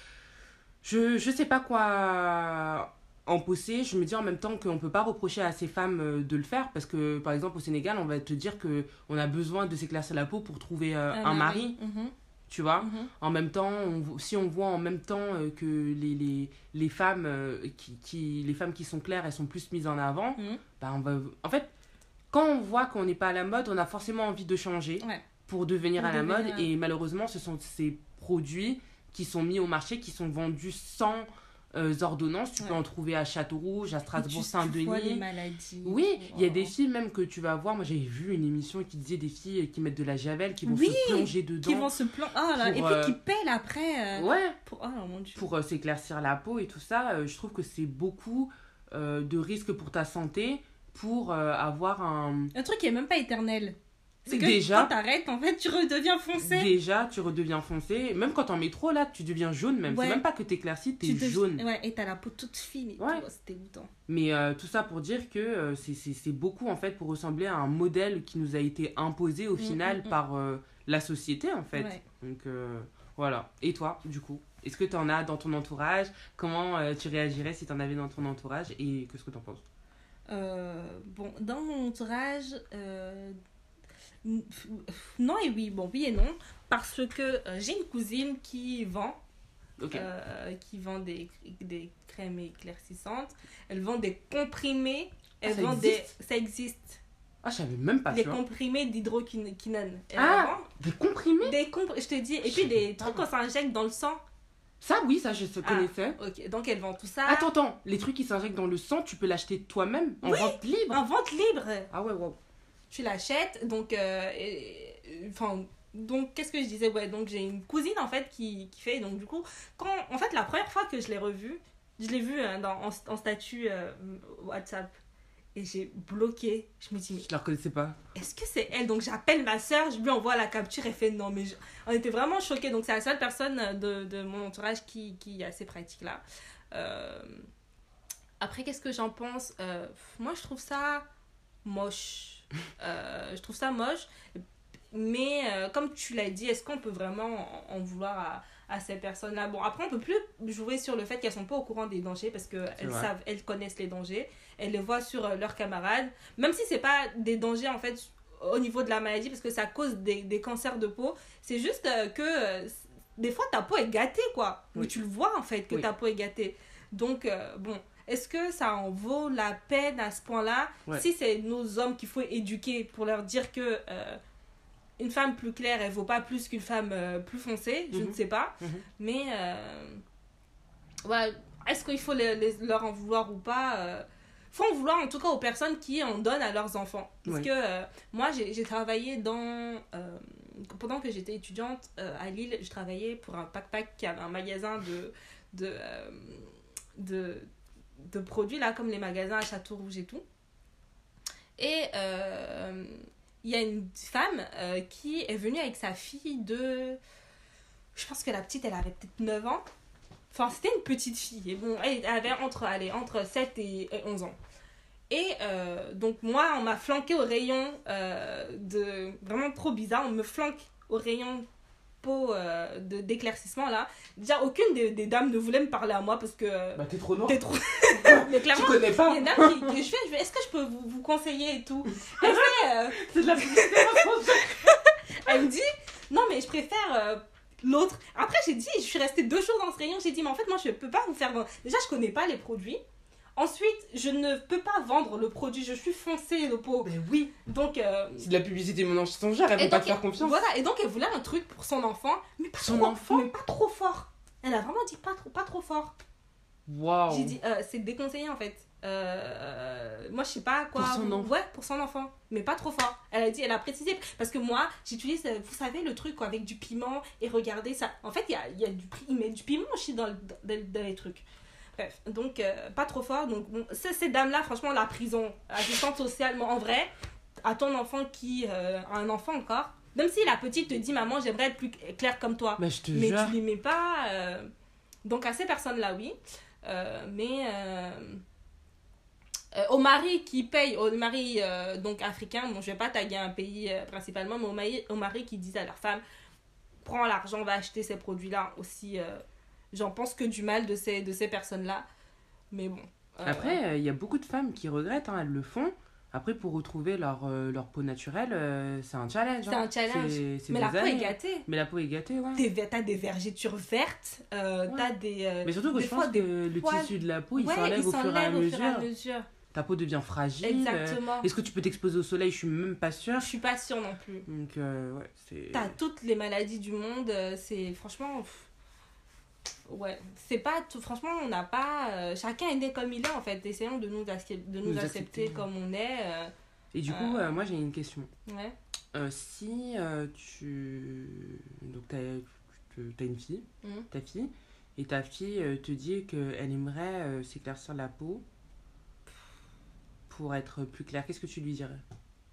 je sais pas quoi en penser. Je me dis en même temps qu'on peut pas reprocher à ces femmes de le faire parce que, par exemple, au Sénégal, on va te dire que on a besoin de s'éclaircir la peau pour trouver un mari. Tu vois, en même temps, si on voit en même temps que les femmes les femmes qui sont claires, elles sont plus mises en avant, on va, en fait, quand on voit qu'on n'est pas à la mode, on a forcément envie de changer pour devenir à la mode. Et malheureusement, ce sont ces produits qui sont mis au marché, qui sont vendus sans ordonnance. Tu peux en trouver à Châteaurouge, à Strasbourg, Saint-Denis. Tu vois les maladies. Oui, il y a des filles même que tu vas voir. Moi, j'avais vu une émission qui disait des filles qui mettent de la javel, qui vont se plonger dedans. Qui vont se plonger. Et puis qui pèlent après. Mon Dieu. Pour s'éclaircir la peau et tout ça. Je trouve que c'est beaucoup de risques pour ta santé, pour avoir un truc qui est même pas éternel. C'est que déjà, quand t'arrêtes, en fait, tu redeviens foncé. Déjà, tu redeviens foncé. Même quand en métro, là, tu deviens jaune même. C'est même pas que t'éclaircis, t'es jaune. Ouais, et t'as la peau toute fine et tout. C'est dégoûtant. Mais tout ça pour dire que c'est beaucoup, en fait, pour ressembler à un modèle qui nous a été imposé au final par la société, en fait. Ouais. Donc, voilà. Et toi, du coup, est-ce que t'en as dans ton entourage? Comment tu réagirais si t'en avais dans ton entourage? Et qu'est-ce que t'en penses? Dans mon entourage... non et oui, oui et non, parce que j'ai une cousine qui vend des crèmes éclaircissantes, elle vend des comprimés, ça existe. Ah, je savais même pas. Les comprimés d'hydroquinone. Des comprimés? Je te dis, et puis des trucs qu'on s'injecte dans le sang. Ça, oui, ça, je connaissais. Ok, donc elle vend tout ça. Attends, les trucs qui s'injectent dans le sang, tu peux l'acheter toi-même en vente libre? En vente libre. Ah ouais, wow. Tu l'achètes, donc donc qu'est-ce que je disais, donc j'ai une cousine en fait qui fait, donc du coup en fait la première fois que je l'ai revue, je l'ai vue en statut WhatsApp, Et j'ai bloqué. Je me dis, mais Je la reconnaissais pas. est-ce que c'est elle? Donc j'appelle ma soeur, je lui envoie la capture, elle fait non, mais on était vraiment choqués. Donc c'est la seule personne de mon entourage qui a ces pratiques-là. Après, qu'est-ce que j'en pense? Moi, je trouve ça moche. Je trouve ça moche. Mais comme tu l'as dit, est-ce qu'on peut vraiment en vouloir à ces personnes-là? Bon, après, on peut plus jouer sur le fait qu'elles sont pas au courant des dangers parce qu'elles savent, elles connaissent les dangers. Elles les voient sur leurs camarades. Même si c'est pas des dangers, en fait, au niveau de la maladie, parce que ça cause des cancers de peau. C'est juste que des fois, ta peau est gâtée, quoi. Oui. Mais tu le vois, en fait, que ta peau est gâtée. Donc, bon, est-ce que ça en vaut la peine à ce point-là? Si c'est nos hommes qu'il faut éduquer pour leur dire que une femme plus claire, elle vaut pas plus qu'une femme plus foncée, je ne sais pas. Mais, ouais, est-ce qu'il faut leur en vouloir ou pas? Faut en vouloir en tout cas aux personnes qui en donnent à leurs enfants. Parce que moi, j'ai travaillé pendant que j'étais étudiante à Lille, je travaillais pour un pack qui avait un magasin de produits, là, comme les magasins à Château-Rouge et tout. Et il y a une femme qui est venue avec sa fille je pense que la petite, elle avait peut-être 9 ans. Enfin, c'était une petite fille. Et bon, elle avait entre 7 et 11 ans. Et donc, moi, on m'a flanqué au rayon vraiment trop bizarre. On me flanque au rayon peau d'éclaircissement, là. Déjà, aucune des dames ne voulait me parler à moi parce que... Bah, t'es trop noire. T'es trop... Mais clairement, tu connais pas. il y a une dame qui je fais, est-ce que je peux vous conseiller et tout? Elle fait... C'est de la publicité. Elle me dit, non, mais je préfère... l'autre. Après, j'ai dit, je suis restée 2 jours dans ce rayon. J'ai dit, mais en fait, moi, je peux pas vous faire vendre. Déjà, je connais pas les produits. Ensuite, je ne peux pas vendre le produit. Je suis foncée de peau. Mais oui. Donc, c'est de la publicité mensongère. Elles vont pas te faire confiance. Voilà. Et donc, elle voulait un truc pour son enfant. Mais pas son trop, enfant. mais pas trop fort. Elle a vraiment dit pas trop fort. Waouh. J'ai dit, c'est déconseillé en fait. Moi, je sais pas quoi. Pour son enfant. Ouais, pour son enfant. Mais pas trop fort. Elle a précisé. Parce que moi, j'utilise, vous savez, le truc quoi, avec du piment. Et regardez ça. En fait, il met du piment aussi dans les trucs. Bref, donc, pas trop fort. Donc, bon, ces dames-là, franchement, la prison, assistante sociale, en vrai, à ton enfant qui a un enfant encore. Même si la petite te dit, maman, j'aimerais être plus claire comme toi. Mais je te mais jure. tu lui mets pas. Donc, à ces personnes-là, oui. Mais au mari qui paye, au mari donc africain, bon je vais pas taguer un pays principalement, mais au mari qui disent à leur femme, prends l'argent, va acheter ces produits-là aussi, j'en pense que du mal de ces personnes-là, mais bon. Après, il y a beaucoup de femmes qui regrettent, hein, elles le font. Après, pour retrouver leur peau naturelle, c'est un challenge. C'est un challenge. C'est mais la peau est gâtée. Mais la peau est gâtée, ouais. T'as des vergetures vertes, t'as des... mais surtout que je pense que le tissu de la peau, il s'enlève au fur et à mesure. Ta peau devient fragile. Exactement. Est-ce que tu peux t'exposer au soleil? Je suis même pas sûre. Je suis pas sûre non plus. Donc, ouais, c'est... T'as toutes les maladies du monde, c'est franchement... Ouais, c'est pas tout, franchement on n'a pas chacun est né comme il est en fait, essayons de nous accepter comme on est et du coup moi j'ai une question. Ouais. Si donc t'as une fille, ta fille, et ta fille te dit qu'elle aimerait s'éclaircir la peau pour être plus claire, qu'est-ce que tu lui dirais?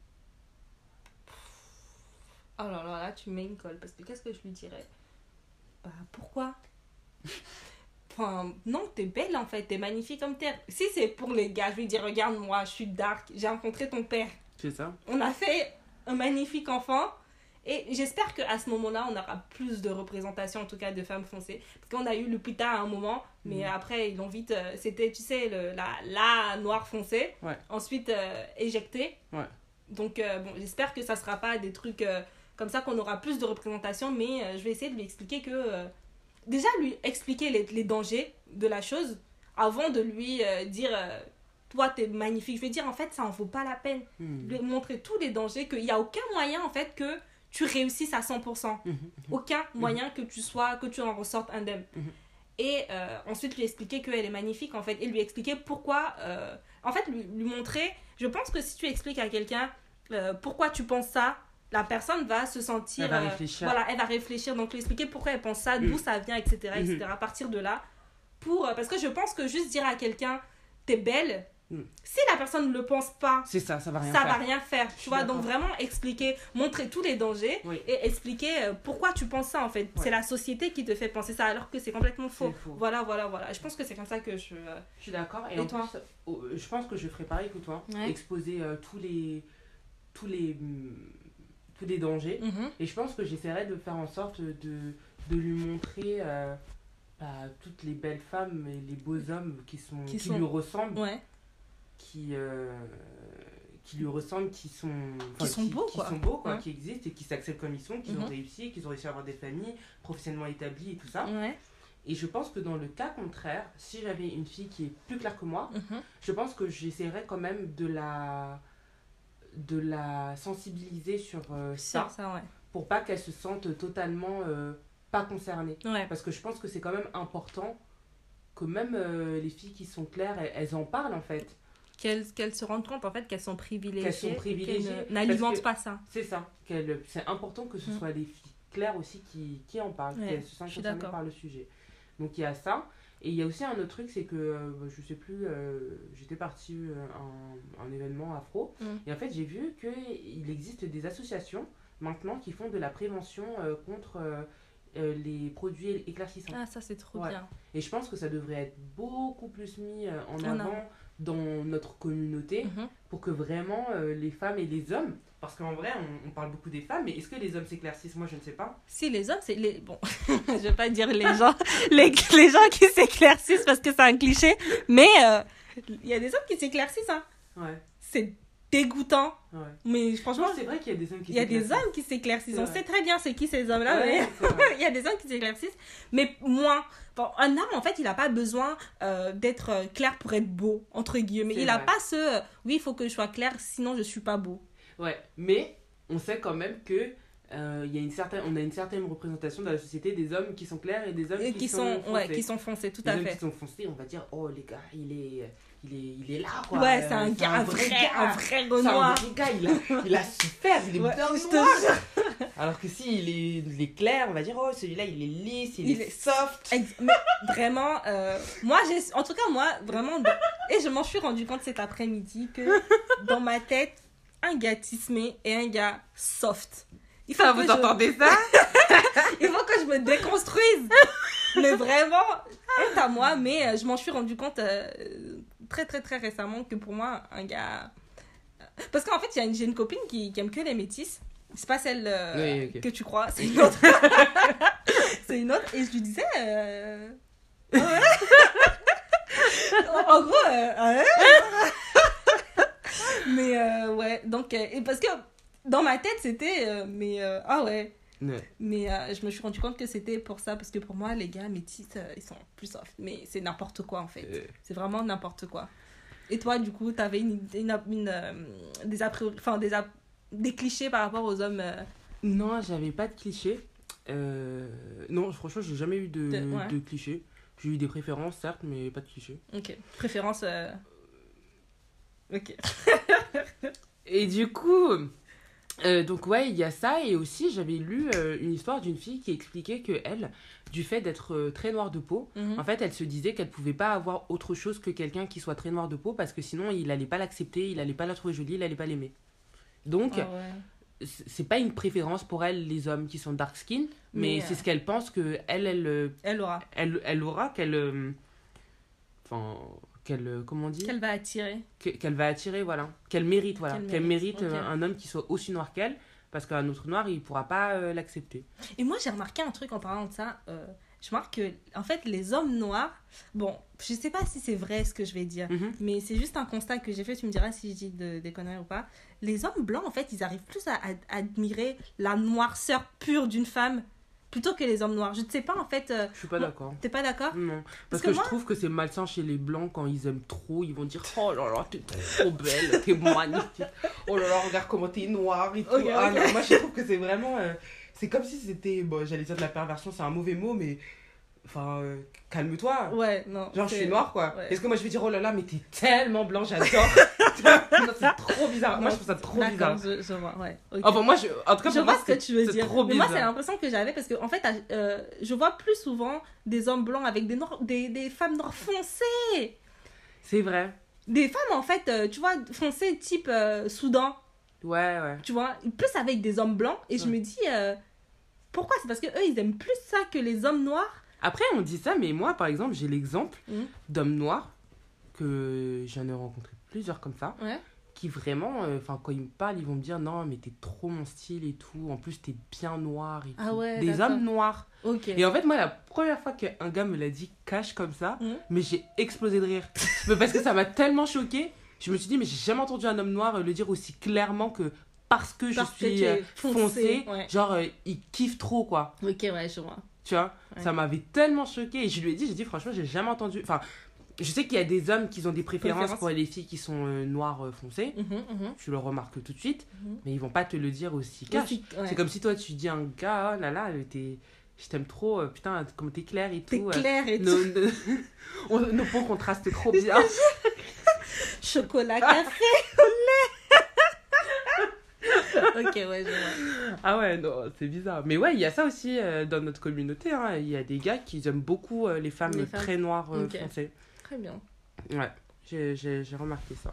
Oh là tu mets une colle, parce que qu'est-ce que je lui dirais? Bah pourquoi? Enfin, non, t'es belle en fait, t'es magnifique comme t'es. Si c'est pour les gars, je lui dis regarde moi, je suis dark, j'ai rencontré ton père. C'est ça. On a fait un magnifique enfant et j'espère qu'à ce moment-là, on aura plus de représentation en tout cas de femmes foncées. Parce qu'on a eu le Pita à un moment, mais après ils l'ont vite, c'était tu sais la noire foncée, ouais. Ensuite éjectée. Ouais. Donc bon, j'espère que ça sera pas des trucs comme ça qu'on aura plus de représentation, mais je vais essayer de lui expliquer que... déjà lui expliquer les dangers de la chose avant de lui dire toi t'es magnifique, je vais dire en fait ça en vaut pas la peine, lui montrer tous les dangers, qu'il n'y a aucun moyen en fait que tu réussisses à 100%, aucun moyen que tu en ressortes indemne. Et ensuite lui expliquer qu'elle est magnifique en fait, et lui expliquer pourquoi en fait lui montrer, je pense que si tu expliques à quelqu'un pourquoi tu penses ça, la personne va se sentir... Elle va réfléchir. Voilà, elle va réfléchir. Donc, lui expliquer pourquoi elle pense ça, d'où ça vient, etc. À partir de là. Parce que je pense que juste dire à quelqu'un, t'es belle, Si la personne ne le pense pas, C'est ça va rien ça faire. va rien faire. Tu vois, donc d'accord. vraiment expliquer, montrer tous les dangers Oui. et expliquer pourquoi tu penses ça en fait. Ouais. C'est la société qui te fait penser ça alors que c'est complètement faux. C'est faux. Voilà. Je pense que c'est comme ça que je. Je suis d'accord. Et en toi? plus, je pense que je ferai pareil que toi. Ouais. Exposer tous les dangers. Mhm. Et je pense que j'essaierai de faire en sorte de lui montrer toutes les belles femmes et les beaux hommes qui lui ressemblent. Ouais. Qui lui ressemblent, qui sont beaux, quoi. qui sont beaux, quoi, Ouais. qui existent et qui s'acceptent comme ils sont, qui ont réussi, qui ont réussi à avoir des familles professionnellement établies et tout ça. Ouais. Et je pense que dans le cas contraire, si j'avais une fille qui est plus claire que moi, Mhm. je pense que j'essaierais quand même de la sensibiliser sur ça, Ça, ouais. pour pas qu'elle se sente totalement pas concernée. Ouais. Parce que je pense que c'est quand même important que même les filles qui sont claires, elles en parlent en fait. Qu'elles se rendent compte en fait qu'elles sont privilégiées. Qu'elles sont privilégiées, Qu'elles parce n'alimentent que- pas ça. C'est ça. C'est important que ce soit les filles claires aussi qui en parlent, Ouais, qu'elles se sentent je suis concernées d'accord. par le sujet. Donc il y a ça. Et il y a aussi un autre truc, c'est que, je sais plus, j'étais partie à un événement afro. Et en fait, j'ai vu qu'il existe des associations maintenant qui font de la prévention contre les produits éclaircissants. Ah, ça c'est trop Ouais. bien. Et je pense que ça devrait être beaucoup plus mis en En avant avant. dans notre communauté Mhm. pour que vraiment les femmes et les hommes, parce qu'en vrai on parle beaucoup des femmes, mais est-ce que les hommes s'éclaircissent? Moi je ne sais pas. Si les hommes, c'est les. Bon, je vais pas dire les gens, les gens qui s'éclaircissent parce que c'est un cliché, mais il y a des hommes qui s'éclaircissent, hein. Ouais, C'est dégoûtant, ouais. mais franchement, Franchement, c'est vrai qu'il y a des hommes qui il y a des s'éclaircissent. hommes qui s'éclaircissent. C'est On vrai. sait très bien c'est qui ces hommes-là, Ouais, mais c'est vrai. il y a des hommes qui s'éclaircissent, mais moins. Bon, un homme, en fait, il n'a pas besoin d'être clair pour être beau, entre guillemets. C'est Il n'a vrai. pas ce oui, il faut que je sois clair, sinon je suis pas beau. Ouais, mais on sait quand même que il y a on a une certaine représentation dans la société des hommes qui sont clairs et des hommes Et qui sont foncés. qui sont foncés, tout Les à hommes fait. qui sont foncés, on va dire, oh les gars, il est là quoi. Ouais, c'est un gars, un vrai gars. vrai C'est un Renoir. vrai gars, il a su faire, il est Ouais, bien je te noir. jure. Alors que si il est clair, on va dire, oh celui-là il est lisse, il est soft. Mais vraiment, en tout cas, moi, vraiment, et je m'en suis rendu compte cet après-midi que dans ma tête, un gars tismé et un gars soft. Il faut que entendez ça? il faut que je me déconstruise. Mais vraiment, est à moi, mais je m'en suis rendu compte très, très, très récemment que pour moi, un gars. Parce qu'en fait, j'ai une copine qui aime que les métisses. C'est pas celle Oui, ok. que tu crois, c'est une autre. C'est une autre. Et je lui disais. Ouais. En gros, ouais. Mais ouais, donc. Et parce que dans ma tête, c'était. Ah ouais. Ouais. Mais je me suis rendu compte que c'était pour ça. Parce que pour moi, les gars métis, ils sont plus soft. Mais c'est n'importe quoi en fait. C'est vraiment n'importe quoi. Et toi, du coup, t'avais des clichés par rapport aux hommes. Non, j'avais pas de clichés. Non, franchement, j'ai jamais eu Ouais. de clichés. J'ai eu des préférences, certes, mais pas de clichés. Ok. Préférence. Ok. Et du coup, donc ouais, il y a ça. Et aussi, j'avais lu une histoire d'une fille qui expliquait que elle, du fait d'être très noire de peau, Mhm. en fait, elle se disait qu'elle pouvait pas avoir autre chose que quelqu'un qui soit très noir de peau parce que sinon, il allait pas l'accepter, il allait pas la trouver jolie, il allait pas l'aimer. Donc, Ah ouais. c'est pas une préférence pour elle, les hommes qui sont dark skin, mais Mais, c'est ce qu'elle pense que Elle aura. elle aura, comment on dit, Qu'elle va attirer. qu'elle va attirer, voilà, qu'elle mérite, voilà, Qu'elle qu'elle mérite mérite, ok. un homme qui soit aussi noir qu'elle, parce qu'un autre noir, il pourra pas l'accepter. Et moi, j'ai remarqué un truc en parlant de ça. Je remarque que, en fait, les hommes noirs. Bon, je sais pas si c'est vrai ce que je vais dire. Mhm. Mais c'est juste un constat que j'ai fait. Tu me diras si je dis des conneries ou pas. Les hommes blancs, en fait, ils arrivent plus à admirer la noirceur pure d'une femme plutôt que les hommes noirs. Je ne sais pas, en fait. Je suis pas moi- d'accord. T'es pas d'accord? Non, parce que que moi- je trouve que c'est malsain chez les blancs quand ils aiment trop, ils vont dire oh là là, t'es trop belle, t'es magnifique, oh là là, regarde comment t'es noire et tout. Ok, Ah ok. non, moi je trouve que c'est vraiment, c'est comme si c'était, bon, j'allais dire de la perversion, c'est un mauvais mot, mais enfin, calme-toi. Ouais, non. Genre, je c'est- suis noire, quoi. ouais. Est-ce que moi, je vais dire, oh là là, mais t'es tellement blanc, j'adore. Non, c'est trop bizarre. Moi, je trouve ça trop D'accord, bizarre. je vois, ouais. ok. Enfin, moi, en tout cas, Je pour moi, vois ce que tu veux c'est dire. trop Mais moi, bizarre. c'est l'impression que j'avais parce que, en fait, je vois plus souvent des hommes blancs avec des femmes noires foncées. C'est vrai. des femmes, en fait, tu vois, foncées type Soudan, Ouais. tu vois, plus avec des hommes blancs. Et je Ouais. me dis, pourquoi? C'est parce que eux, ils aiment plus ça que les hommes noirs. Après, on dit ça, mais moi, par exemple, j'ai l'exemple Mhm. d'hommes noirs, que j'en ai rencontré plusieurs comme ça, Ouais. qui vraiment, quand ils me parlent, ils vont me dire non, mais t'es trop mon style et tout. En plus, t'es bien noir et Ah tout. ouais, Des d'accord. hommes noirs. Ok. Et en fait, moi, la première fois qu'un gars me l'a dit cash comme ça, Mhm. mais j'ai explosé de rire. Mais parce que ça m'a tellement choqué. Je me suis dit, mais j'ai jamais entendu un homme noir le dire aussi clairement que parce que Parce je que suis tu es foncé, ouais. genre, il kiffe trop, quoi. Ok, ouais, je vois. Tu vois, Ouais. ça m'avait tellement choqué. Et je lui ai dit, franchement, j'ai jamais entendu. Enfin, je sais qu'il y a des hommes qui ont des préférences pour les filles qui sont noires foncées. Tu le remarques tout de suite, Mhm. mais ils vont pas te le dire aussi cash. Aussi, ouais. C'est comme si toi, tu dis à un gars, oh là là, je t'aime trop, putain, comme t'es clair et T'es tout. clair et Nos, tout. nos peaux contrastent trop bien. Chocolat, café, au lait. Ok, ouais, je vois. Ah ouais, non, c'est bizarre. Mais ouais, il y a ça aussi dans notre communauté. Hein. Il y a des gars qui aiment beaucoup les femmes Les femmes. très noires Ok. foncées. Très bien. Ouais, j'ai remarqué ça.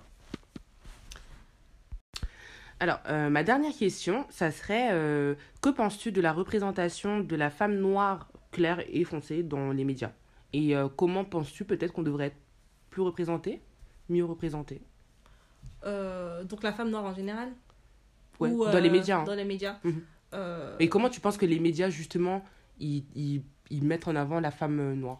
Alors, ma dernière question, ça serait que penses-tu de la représentation de la femme noire claire et foncée dans les médias? Et comment penses-tu peut-être qu'on devrait être plus représenté, mieux représenté? Donc la femme noire en général? Ouais, Ou, dans les médias. Hein. Dans les médias. Mhm. Euh, Et comment tu penses que les médias, justement, ils mettent en avant la femme noire?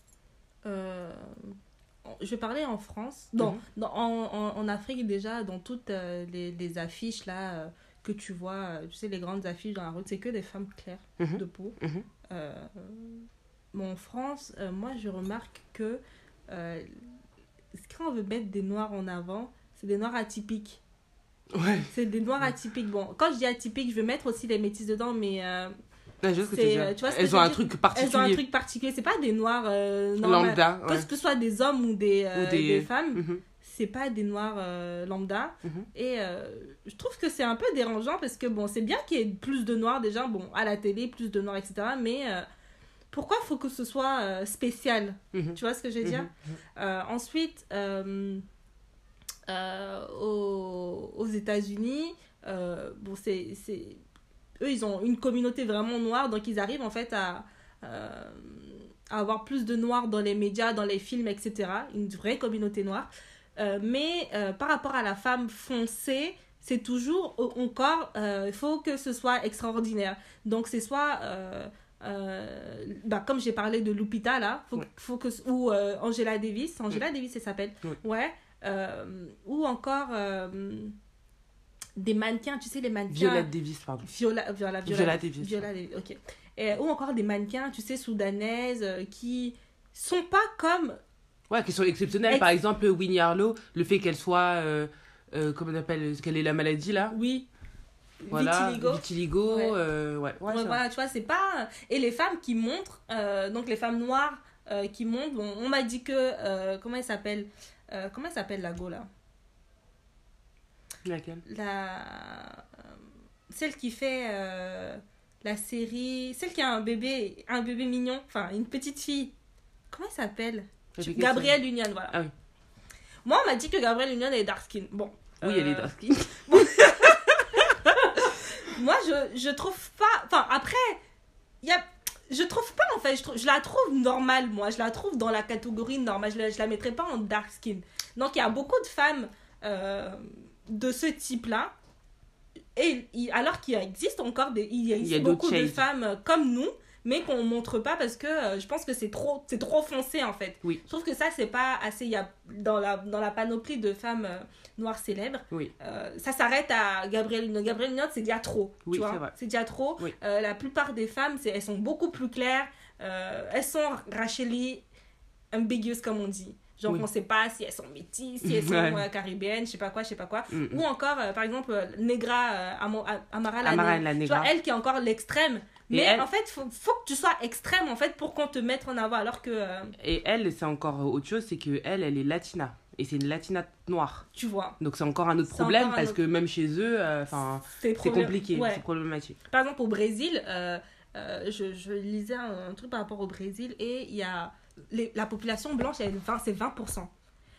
je vais parler en France. Mhm. En Afrique, déjà, dans toutes les affiches là, que tu vois, tu sais, les grandes affiches dans la rue, c'est que des femmes claires Mhm. de peau. Mhm. Mais en France, moi, je remarque que quand on veut mettre des noirs en avant, c'est des noirs atypiques. Ouais. C'est des noirs atypiques. Bon, quand je dis atypiques, je vais mettre aussi les métis dedans, mais Ouais, je vois ce que tu veux dire. tu vois ce que Elles je ont veux un dire. truc elles particulier. ont un truc particulier. C'est pas des noirs normaux. Lambda. Ouais. Que ce soit des hommes ou des des- femmes, Mhm. c'est pas des noirs lambda. Mhm. Et je trouve que c'est un peu dérangeant parce que bon, c'est bien qu'il y ait plus de noirs déjà, bon, à la télé, plus de noirs, etc. Mais pourquoi faut que ce soit spécial? Mhm. Tu vois ce que je veux dire? Ensuite, aux États-Unis, bon, eux, ils ont une communauté vraiment noire, donc ils arrivent en fait à avoir plus de noirs dans les médias, dans les films, etc. Une vraie communauté noire. Mais par rapport à la femme foncée, c'est toujours encore, il faut que ce soit extraordinaire. Donc c'est soit, comme j'ai parlé de Lupita là, ou Angela Davis, Davis elle s'appelle, Ouais. ou encore des mannequins, tu sais les mannequins. Violette Davis, pardon. Viola Davis. Viola Davis, ok. Ou encore des mannequins, tu sais, soudanaises, qui sont pas comme... Ouais, qui sont exceptionnelles. Par exemple, Winnie Harlow, le fait qu'elle soit, comment on appelle, qu'elle ait la maladie là. Oui. Voilà, Vitiligo. vitiligo. Ouais. Ouais, Voilà, tu vois, c'est pas... Et les femmes qui montrent, donc les femmes noires qui montrent, bon, on m'a dit que... comment elle s'appelle la go là? Laquelle? Celle qui fait la série... Celle qui a un bébé mignon, enfin, une petite fille. Comment elle s'appelle? Gabrielle Union, voilà. Ah oui. Moi, on m'a dit que Gabrielle Union est dark skin. Bon. Oui, elle est dark skin. Moi, je trouve pas... Enfin, après, je trouve pas, en fait. Je la trouve normale, moi. Je la trouve dans la catégorie normale. Je la mettrais pas en dark skin. Donc, il y a beaucoup de femmes de ce type-là. Et alors qu'il existe encore il y a beaucoup de femmes comme nous, mais qu'on montre pas parce que je pense que c'est trop foncé en fait. Oui. Je trouve que ça c'est pas assez. Il y a dans la panoplie de femmes noires célèbres, oui. Ça s'arrête à Gabrielle Union. Gabrielle Union, c'est déjà trop. Oui, tu vois, c'est vrai. C'est déjà trop. Oui. La plupart des femmes, elles sont beaucoup plus claires. Elles sont racially ambiguous comme on dit. Genre, on ne sait pas si elles sont métisses, si elles sont caribéennes, je sais pas quoi. Mm-hmm. Ou encore, par exemple, Negra, Amara la Negra. Tu vois, elle qui est encore l'extrême. Mais en fait, faut que tu sois extrême, en fait, pour qu'on te mette en avant, alors que... Et elle, c'est encore autre chose, c'est qu'elle est latina. Et c'est une latina noire. Tu vois. Donc c'est encore un autre problème, parce que même chez eux, c'est compliqué, c'est problématique. Par exemple, au Brésil, je lisais un truc par rapport au Brésil, et il y a... la population blanche, c'est 20%.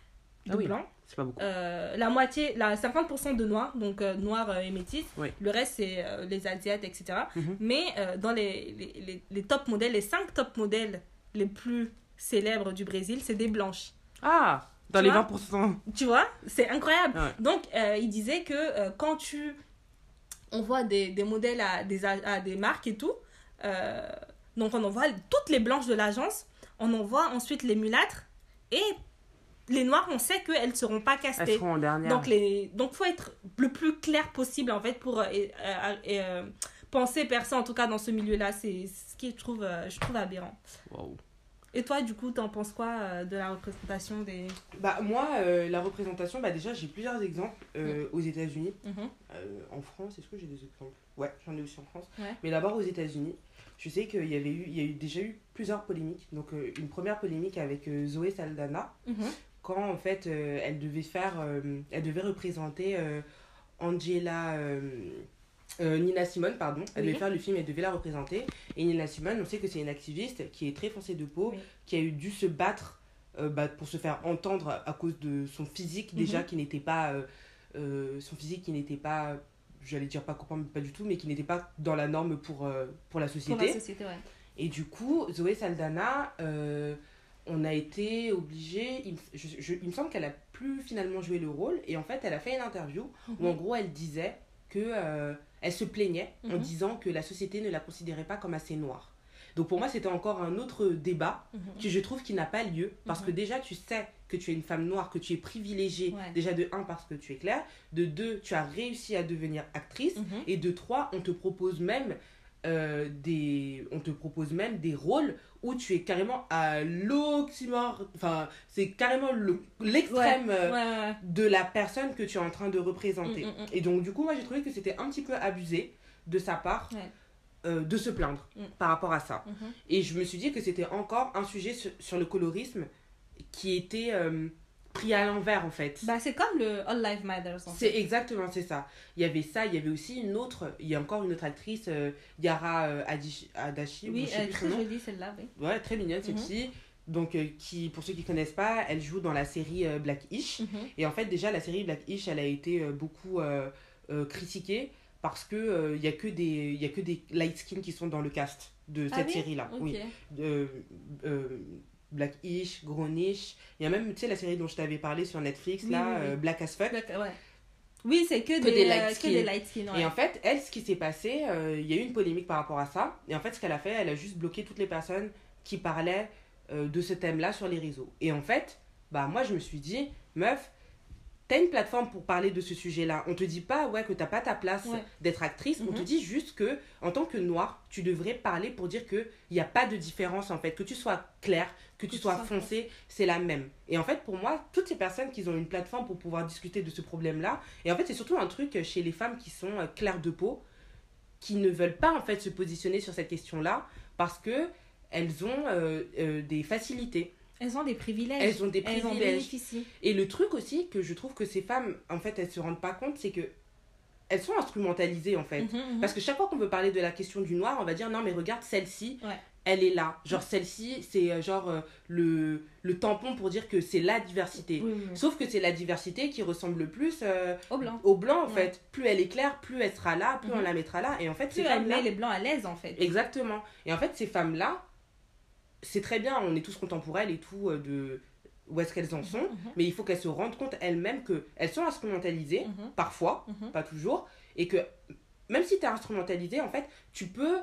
de blancs. C'est pas beaucoup. La moitié, 50% de noirs, donc noirs et métis. Oui. Le reste, c'est les Asiates, etc. Mhm. Mais dans les top modèles, les 5 top modèles les plus célèbres du Brésil, c'est des blanches. Ah, dans Tu les vois 20%. Tu vois, c'est incroyable. Ouais. Donc, il disait que quand on voit des modèles à des marques et tout, donc on envoie toutes les blanches de l'agence, on envoie ensuite les mulâtres et les noirs, on sait qu'elles ne seront pas Elles castées. seront en dernière. Donc, faut être le plus clair possible, en fait, pour penser, percer, en tout cas, dans ce milieu-là. C'est ce que je trouve aberrant. Wow. Et toi, du coup, t'en penses quoi de la représentation des... Bah, moi, la représentation, déjà, j'ai plusieurs exemples aux États-Unis. En France, est-ce que j'ai des exemples? Ouais, j'en ai aussi en France. Ouais. Mais d'abord aux États-Unis, je sais qu'il y a déjà eu plusieurs polémiques. Donc, une première polémique avec Zoé Saldana, quand en fait elle devait représenter Nina Simone, pardon. Elle devait faire le film, elle devait la représenter. Et Nina Simone, on sait que c'est une activiste qui est très foncée de peau, qui a dû se battre pour se faire entendre à cause de son physique, déjà, qui n'était pas. Son physique qui n'était pas. J'allais dire pas coupable, pas du tout, mais qui n'était pas dans la norme pour la société. Pour la société, ouais. Et du coup, Zoé Saldana, on a été obligé. Il me semble qu'elle a plus finalement joué le rôle. Et en fait, elle a fait une interview où en gros, elle disait que elle se plaignait en disant que la société ne la considérait pas comme assez noire. Donc pour moi, c'était encore un autre débat que je trouve qui n'a pas lieu. Parce que déjà, tu sais que tu es une femme noire, que tu es privilégiée. Déjà de 1, parce que tu es claire. De 2, tu as réussi à devenir actrice. Et de 3, on te propose même des rôles où tu es carrément à l'oxymore, enfin c'est carrément l'extrême de la personne que tu es en train de représenter. Et donc du coup moi j'ai trouvé que c'était un petit peu abusé de sa part de se plaindre par rapport à ça. Et je me suis dit que c'était encore un sujet sur le colorisme qui était pris à l'envers en fait. Bah c'est comme le All Lives Matter. C'est exactement, c'est ça. Il y avait ça, il y avait aussi il y a encore une autre actrice, Yara Adachi. Oui, très jolie celle-là, oui. Ouais, très mignonne celle-ci. Donc, qui, pour ceux qui ne connaissent pas, elle joue dans la série Blackish. Et en fait, déjà, la série Blackish, elle a été beaucoup critiquée parce qu'il n'y a que des light skin qui sont dans le cast de cette série-là. Okay. Oui. Blackish, Grownish. Il y a même, tu sais, la série dont je t'avais parlé sur Netflix, Black as Fuck. Oui, c'est que des light skin. Et en fait, elle, ce qui s'est passé, il y a eu une polémique par rapport à ça. Et en fait, ce qu'elle a fait, elle a juste bloqué toutes les personnes qui parlaient de ce thème-là sur les réseaux. Et en fait, moi, je me suis dit, meuf, t'as une plateforme pour parler de ce sujet-là. On te dit pas que t'as pas ta place d'être actrice. On te dit juste que, en tant que noire, tu devrais parler pour dire qu'il n'y a pas de différence, en fait. Que tu sois claire, que tu sois foncée, c'est la même. Et en fait, pour moi, toutes ces personnes qui ont une plateforme pour pouvoir discuter de ce problème-là, et en fait, c'est surtout un truc chez les femmes qui sont claires de peau, qui ne veulent pas, en fait, se positionner sur cette question-là, parce que elles ont des facilités. Elles ont des privilèges. Elles ont des privilèges. Ici. Et le truc aussi que je trouve que ces femmes, en fait, elles se rendent pas compte, c'est que elles sont instrumentalisées, en fait. Parce que chaque fois qu'on veut parler de la question du noir, on va dire, non, mais regarde, celle-ci, elle est là. Genre, celle-ci, c'est le tampon pour dire que c'est la diversité. Sauf que c'est la diversité qui ressemble le plus au blanc, en fait. Plus elle est claire, plus elle sera là, plus on la mettra là. Et en fait, plus elle met les blancs à l'aise, en fait. Exactement. Et en fait, ces femmes-là, c'est très bien, on est tous contents pour elles et tout, de où est-ce qu'elles en sont, mais il faut qu'elles se rendent compte elles-mêmes qu'elles sont instrumentalisées, parfois, pas toujours, et que même si tu es instrumentalisée, en fait, tu peux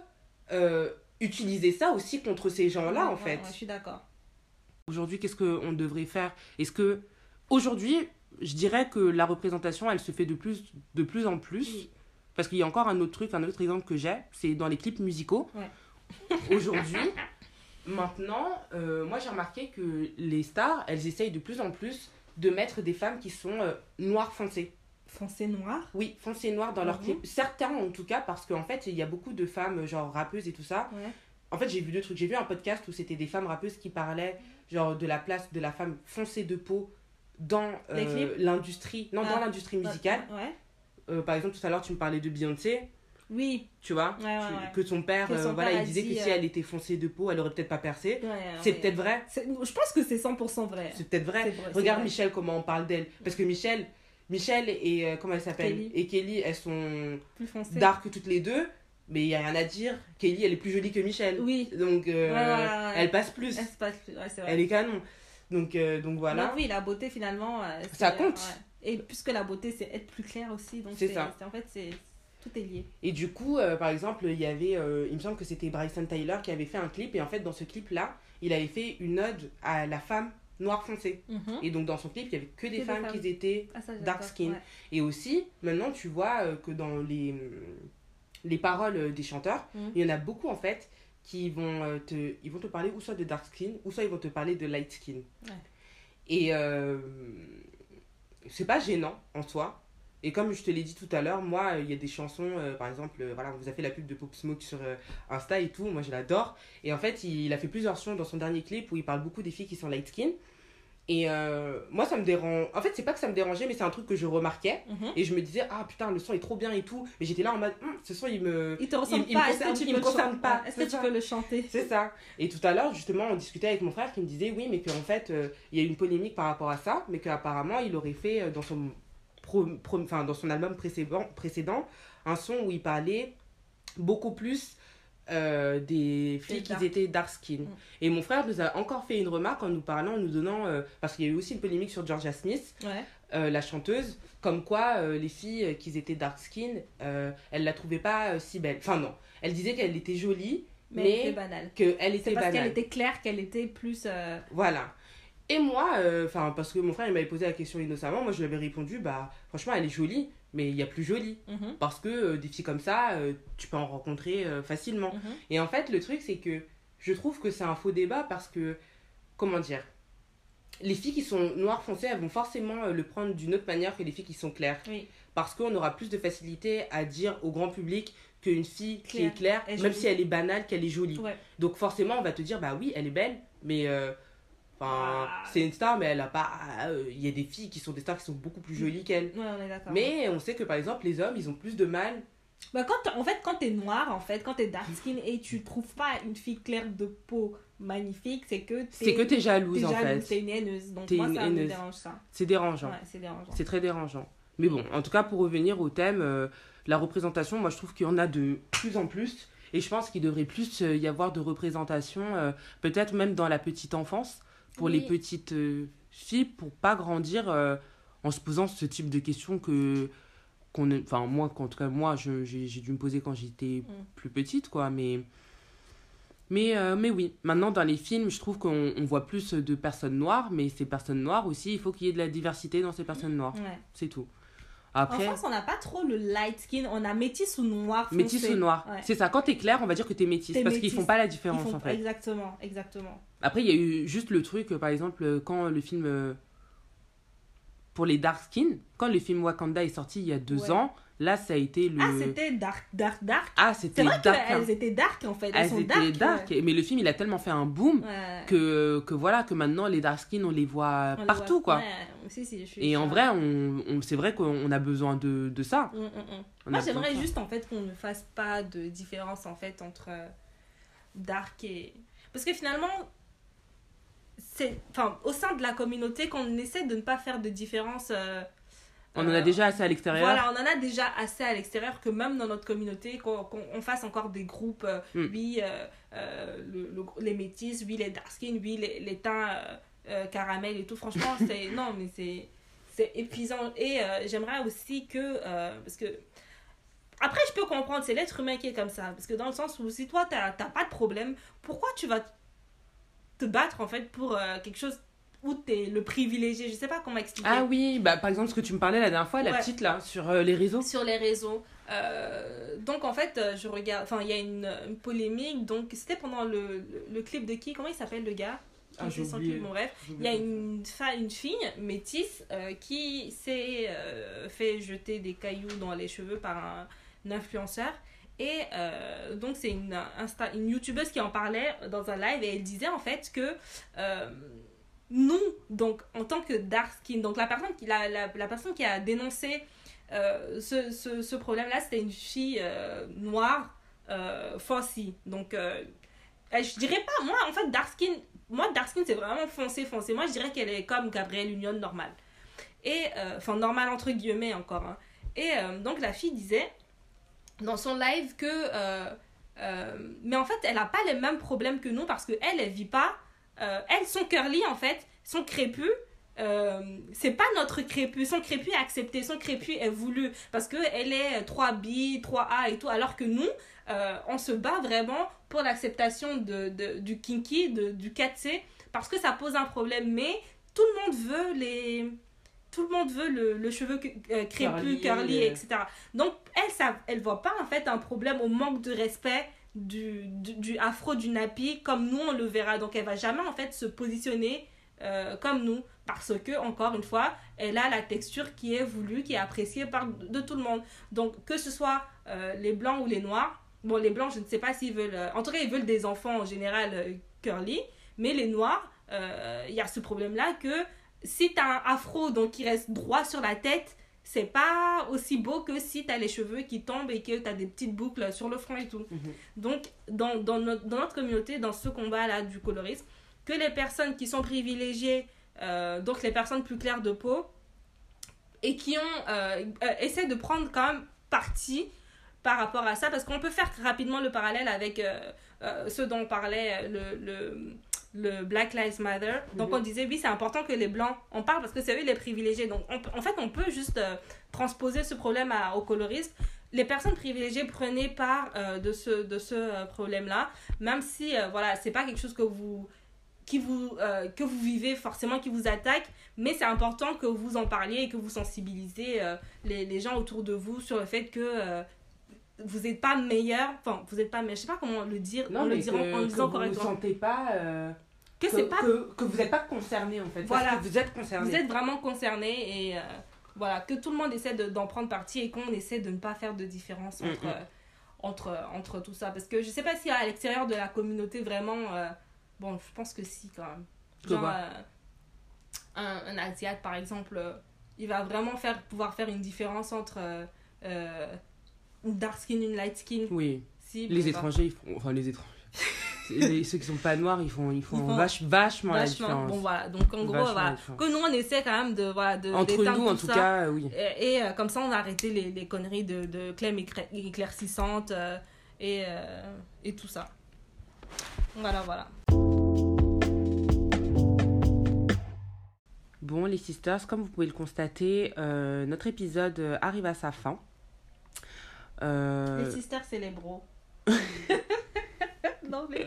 utiliser ça aussi contre ces gens-là, en fait. Je suis d'accord. Aujourd'hui, qu'est-ce qu'on devrait faire? Est-ce que, aujourd'hui, je dirais que la représentation, elle se fait de plus en plus, parce qu'il y a encore un autre exemple que j'ai, c'est dans les clips musicaux. Aujourd'hui... Maintenant, moi j'ai remarqué que les stars, elles essayent de plus en plus de mettre des femmes qui sont noires foncées. Foncées noires? Oui, foncées noires dans leurs clips. Certains en tout cas, parce qu'en fait, il y a beaucoup de femmes, genre rappeuses et tout ça. En fait, j'ai vu 2 trucs. J'ai vu un podcast où c'était des femmes rappeuses qui parlaient genre de la place de la femme foncée de peau dans l'industrie. Non, dans l'industrie musicale. Par exemple, tout à l'heure, tu me parlais de Beyoncé. Oui. Tu vois, que son père, voilà, il disait que si elle était foncée de peau, elle aurait peut-être pas percé. C'est peut-être vrai. Je pense que c'est 100% vrai. C'est peut-être vrai. Regarde Michelle, comment on parle d'elle. Parce que Michelle et comment elle s'appelle Kelly. Et Kelly, elles sont plus foncées. Dark toutes les deux. Mais il n'y a rien à dire. Kelly, elle est plus jolie que Michelle. Oui. Donc, elle passe plus. Elle passe plus, c'est vrai. Elle est canon. Donc voilà. Donc oui, la beauté, finalement... ça compte. Et puisque la beauté, c'est être plus clair aussi. Donc c'est ça. En fait, tout est lié. Et du coup, par exemple, il y avait... il me semble que c'était Bryson Tyler qui avait fait un clip. Et en fait, dans ce clip-là, il avait fait une ode à la femme noire foncée. Et donc, dans son clip, il n'y avait que des femmes qui étaient dark skin. Et aussi, maintenant, tu vois que dans les paroles des chanteurs, il y en a beaucoup, en fait, qui vont te parler ou soit de dark skin, ou soit ils vont te parler de light skin. Et c'est pas gênant, en soi. Et comme je te l'ai dit tout à l'heure, moi, il y a des chansons, par exemple, voilà, on vous a fait la pub de Pop Smoke sur Insta et tout, moi je l'adore. Et en fait, il a fait plusieurs chansons dans son dernier clip où il parle beaucoup des filles qui sont light skin. Et moi, ça me dérange. En fait, c'est pas que ça me dérangeait, mais c'est un truc que je remarquais. Et je me disais, ah putain, le son est trop bien et tout. Mais j'étais là en mode, ce son, il te ressemble pas. Il me concerne pas. Est-ce que tu peux le chanter? C'est ça. Et tout à l'heure, justement, on discutait avec mon frère qui me disait, oui, mais qu'en fait, il y a eu une polémique par rapport à ça, mais qu'apparemment, il aurait fait dans son album précédent un son où il parlait beaucoup plus des filles qui étaient dark skin. Et mon frère nous a encore fait une remarque en nous parlant, en nous donnant parce qu'il y a eu aussi une polémique sur Georgia Smith, la chanteuse, comme quoi les filles qui étaient dark skin, elle la trouvait pas si belle. Enfin non, elle disait qu'elle était jolie, mais elle était banale. Qu'elle était parce banale. qu'elle était claire, qu'elle était plus voilà. Et moi, parce que mon frère il m'avait posé la question innocemment, moi je lui avais répondu, bah franchement elle est jolie, mais il y a plus jolie. Parce que des filles comme ça, tu peux en rencontrer facilement. Et en fait, le truc c'est que je trouve que c'est un faux débat parce que, comment dire, les filles qui sont noires foncées, elles vont forcément le prendre d'une autre manière que les filles qui sont claires. Parce qu'on aura plus de facilité à dire au grand public qu'une fille qui est claire, même si elle est banale, qu'elle est jolie. Donc forcément, on va te dire, bah oui, elle est belle, mais... c'est une star, mais elle a pas. Il y a des filles qui sont des stars qui sont beaucoup plus jolies qu'elle. On est d'accord. Mais on sait que par exemple, les hommes, ils ont plus de mal. Bah, quand t'es noir, quand t'es dark skin et tu trouves pas une fille claire de peau magnifique, c'est que t'es jalouse en fait. T'es une haineuse. Donc moi, ça me dérange ça. C'est dérangeant. Ouais, c'est dérangeant. C'est très dérangeant. Mais bon, en tout cas, pour revenir au thème, la représentation, moi je trouve qu'il y en a de plus en plus. Et je pense qu'il devrait plus y avoir de représentation, peut-être même dans la petite enfance. Pour les petites filles, pour pas grandir en se posant ce type de questions moi j'ai dû me poser quand j'étais plus petite quoi, mais oui, maintenant dans les films je trouve qu'on voit plus de personnes noires, mais ces personnes noires aussi, il faut qu'il y ait de la diversité dans ces personnes noires, c'est tout. Après, en France, on n'a pas trop le light skin, on a métis ou noir foncé. Métis ou noir, c'est ça. Quand t'es clair, on va dire que t'es métis, parce qu'ils font pas la différence en fait. Exactement. Après, il y a eu juste le truc, par exemple, quand le film pour les dark skin, quand le film Wakanda est sorti il y a 2 ans, là ça a été le... Ah, c'était dark. Ah, c'était dark. C'est vrai qu'elles étaient dark en fait. Elles étaient dark. Mais le film il a tellement fait un boom que voilà, que maintenant les dark skin on les voit partout quoi. Et en vrai, c'est vrai qu'on a besoin de ça. Moi j'aimerais juste en fait qu'on ne fasse pas de différence en fait entre dark et... Parce que finalement... au sein de la communauté, qu'on essaie de ne pas faire de différence. On en a déjà assez à l'extérieur. Voilà, on en a déjà assez à l'extérieur, que même dans notre communauté, qu'on fasse encore des groupes, oui, les métis, oui, les dark skin, oui, les teints caramel et tout. Franchement, c'est épuisant. Et j'aimerais aussi que... parce que... Après, je peux comprendre, c'est l'être humain qui est comme ça. Parce que dans le sens où si toi, t'as pas de problème, pourquoi tu vas te battre en fait pour quelque chose où t'es le privilégié? Je sais pas comment expliquer. Ah oui, bah par exemple ce que tu me parlais la dernière fois, la petite là, sur les réseaux. Sur les réseaux. Donc en fait, je regarde, il y a une polémique, donc c'était pendant le clip de qui? Comment il s'appelle le gars? J'ai oublié. Bon, bref, il y a une fille métisse qui s'est fait jeter des cailloux dans les cheveux par un influenceur. Et donc c'est une youtubeuse qui en parlait dans un live, et elle disait en fait que nous, donc en tant que dark skin, donc la personne qui a dénoncé ce problème-là, c'était une fille noire, foncée. Donc, je dirais pas, moi, en fait, dark skin, c'est vraiment foncé. Moi, je dirais qu'elle est comme Gabrielle Union normale. Et, enfin, normale entre guillemets encore. Hein. Et donc, la fille disait dans son live que... mais en fait, elle n'a pas les mêmes problèmes que nous parce qu'elle, elle vit pas... elles sont curly, en fait, son crépus... c'est pas notre crépus, son crépus est accepté, son crépus est voulu parce qu'elle est 3B, 3A et tout, alors que nous, on se bat vraiment pour l'acceptation du kinky, du 4C, parce que ça pose un problème, mais tout le monde veut le cheveu crépus, curly, etc. Donc elle voit pas en fait un problème au manque de respect du afro, du nappy, comme nous on le verra, donc elle va jamais en fait se positionner comme nous, parce que, encore une fois, elle a la texture qui est voulue, qui est appréciée de tout le monde. Donc, que ce soit les blancs ou les noirs, bon, les blancs, je ne sais pas s'ils veulent... en tout cas, ils veulent des enfants, en général, curly, mais les noirs, il y a ce problème-là que si tu as un afro, donc qui reste droit sur la tête, c'est pas aussi beau que si tu as les cheveux qui tombent et que tu as des petites boucles sur le front et tout. Donc, dans notre communauté, dans ce combat-là du colorisme, que les personnes qui sont privilégiées, donc les personnes plus claires de peau, et qui essaient de prendre quand même parti par rapport à ça, parce qu'on peut faire rapidement le parallèle avec ce dont on parlait, le Black Lives Matter. Donc on disait, oui, c'est important que les Blancs en parlent, parce que c'est eux les privilégiés. Donc en fait, on peut juste transposer ce problème au colorisme. Les personnes privilégiées, prenaient part de ce problème-là, même si, voilà, c'est pas quelque chose que vous vivez forcément, qui vous attaque, mais c'est important que vous en parliez et que vous sensibilisez les gens autour de vous sur le fait que vous n'êtes pas meilleur, enfin vous n'êtes pas meilleur, je sais pas comment le dire, non, en le disant correctement. Vous ne sentez pas que vous n'êtes pas concerné en fait. Voilà, parce que vous êtes concerné. Vous êtes vraiment concerné et voilà, que tout le monde essaie d'en prendre parti et qu'on essaie de ne pas faire de différence entre tout ça, parce que je sais pas si à l'extérieur de la communauté vraiment bon, je pense que si, quand même. Genre, un Asiate, par exemple, il va vraiment pouvoir faire une différence entre une dark skin, une light skin. Oui. Si, les étrangers, ils font... Enfin, les étrangers. Ceux qui sont pas noirs, ils font vachement la différence. Bon, voilà. Donc, en gros, voilà. Que nous, on essaie quand même de entre nous, en tout cas, oui. Et comme ça, on a arrêté les conneries de claims éclaircissantes et tout ça. Voilà. Bon, les sisters, comme vous pouvez le constater, notre épisode arrive à sa fin. Les sisters, c'est les bros. Non, mais...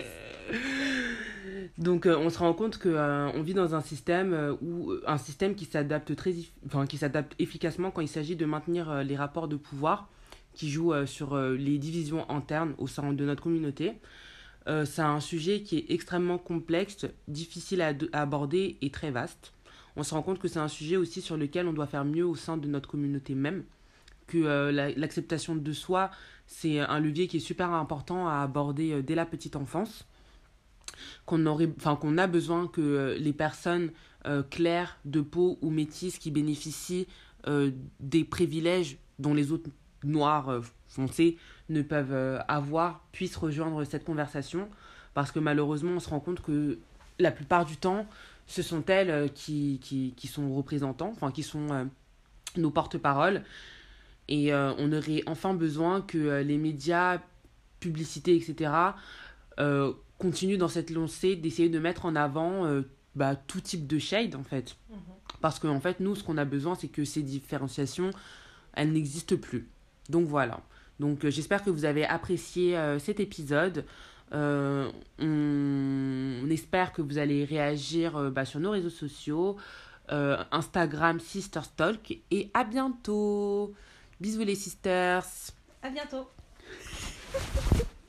Donc, on se rend compte qu'on vit dans un système qui s'adapte qui s'adapte efficacement quand il s'agit de maintenir les rapports de pouvoir qui jouent sur les divisions internes au sein de notre communauté. C'est un sujet qui est extrêmement complexe, difficile à aborder et très vaste. On se rend compte que c'est un sujet aussi sur lequel on doit faire mieux au sein de notre communauté même, que l'acceptation de soi, c'est un levier qui est super important à aborder dès la petite enfance, qu'on a besoin que les personnes claires de peau ou métisses qui bénéficient des privilèges dont les autres noirs foncés ne peuvent avoir puissent rejoindre cette conversation, parce que malheureusement on se rend compte que la plupart du temps ce sont elles qui sont représentants, enfin qui sont nos porte-paroles, et on aurait enfin besoin que les médias, publicités, etc. Continuent dans cette lancée d'essayer de mettre en avant tout type de shade en fait. Parce qu'en fait nous ce qu'on a besoin c'est que ces différenciations elles n'existent plus. Donc voilà. Donc j'espère que vous avez apprécié cet épisode. On espère que vous allez réagir sur nos réseaux sociaux, Instagram Sisterstalk, et à bientôt. Bisous les sisters. À bientôt.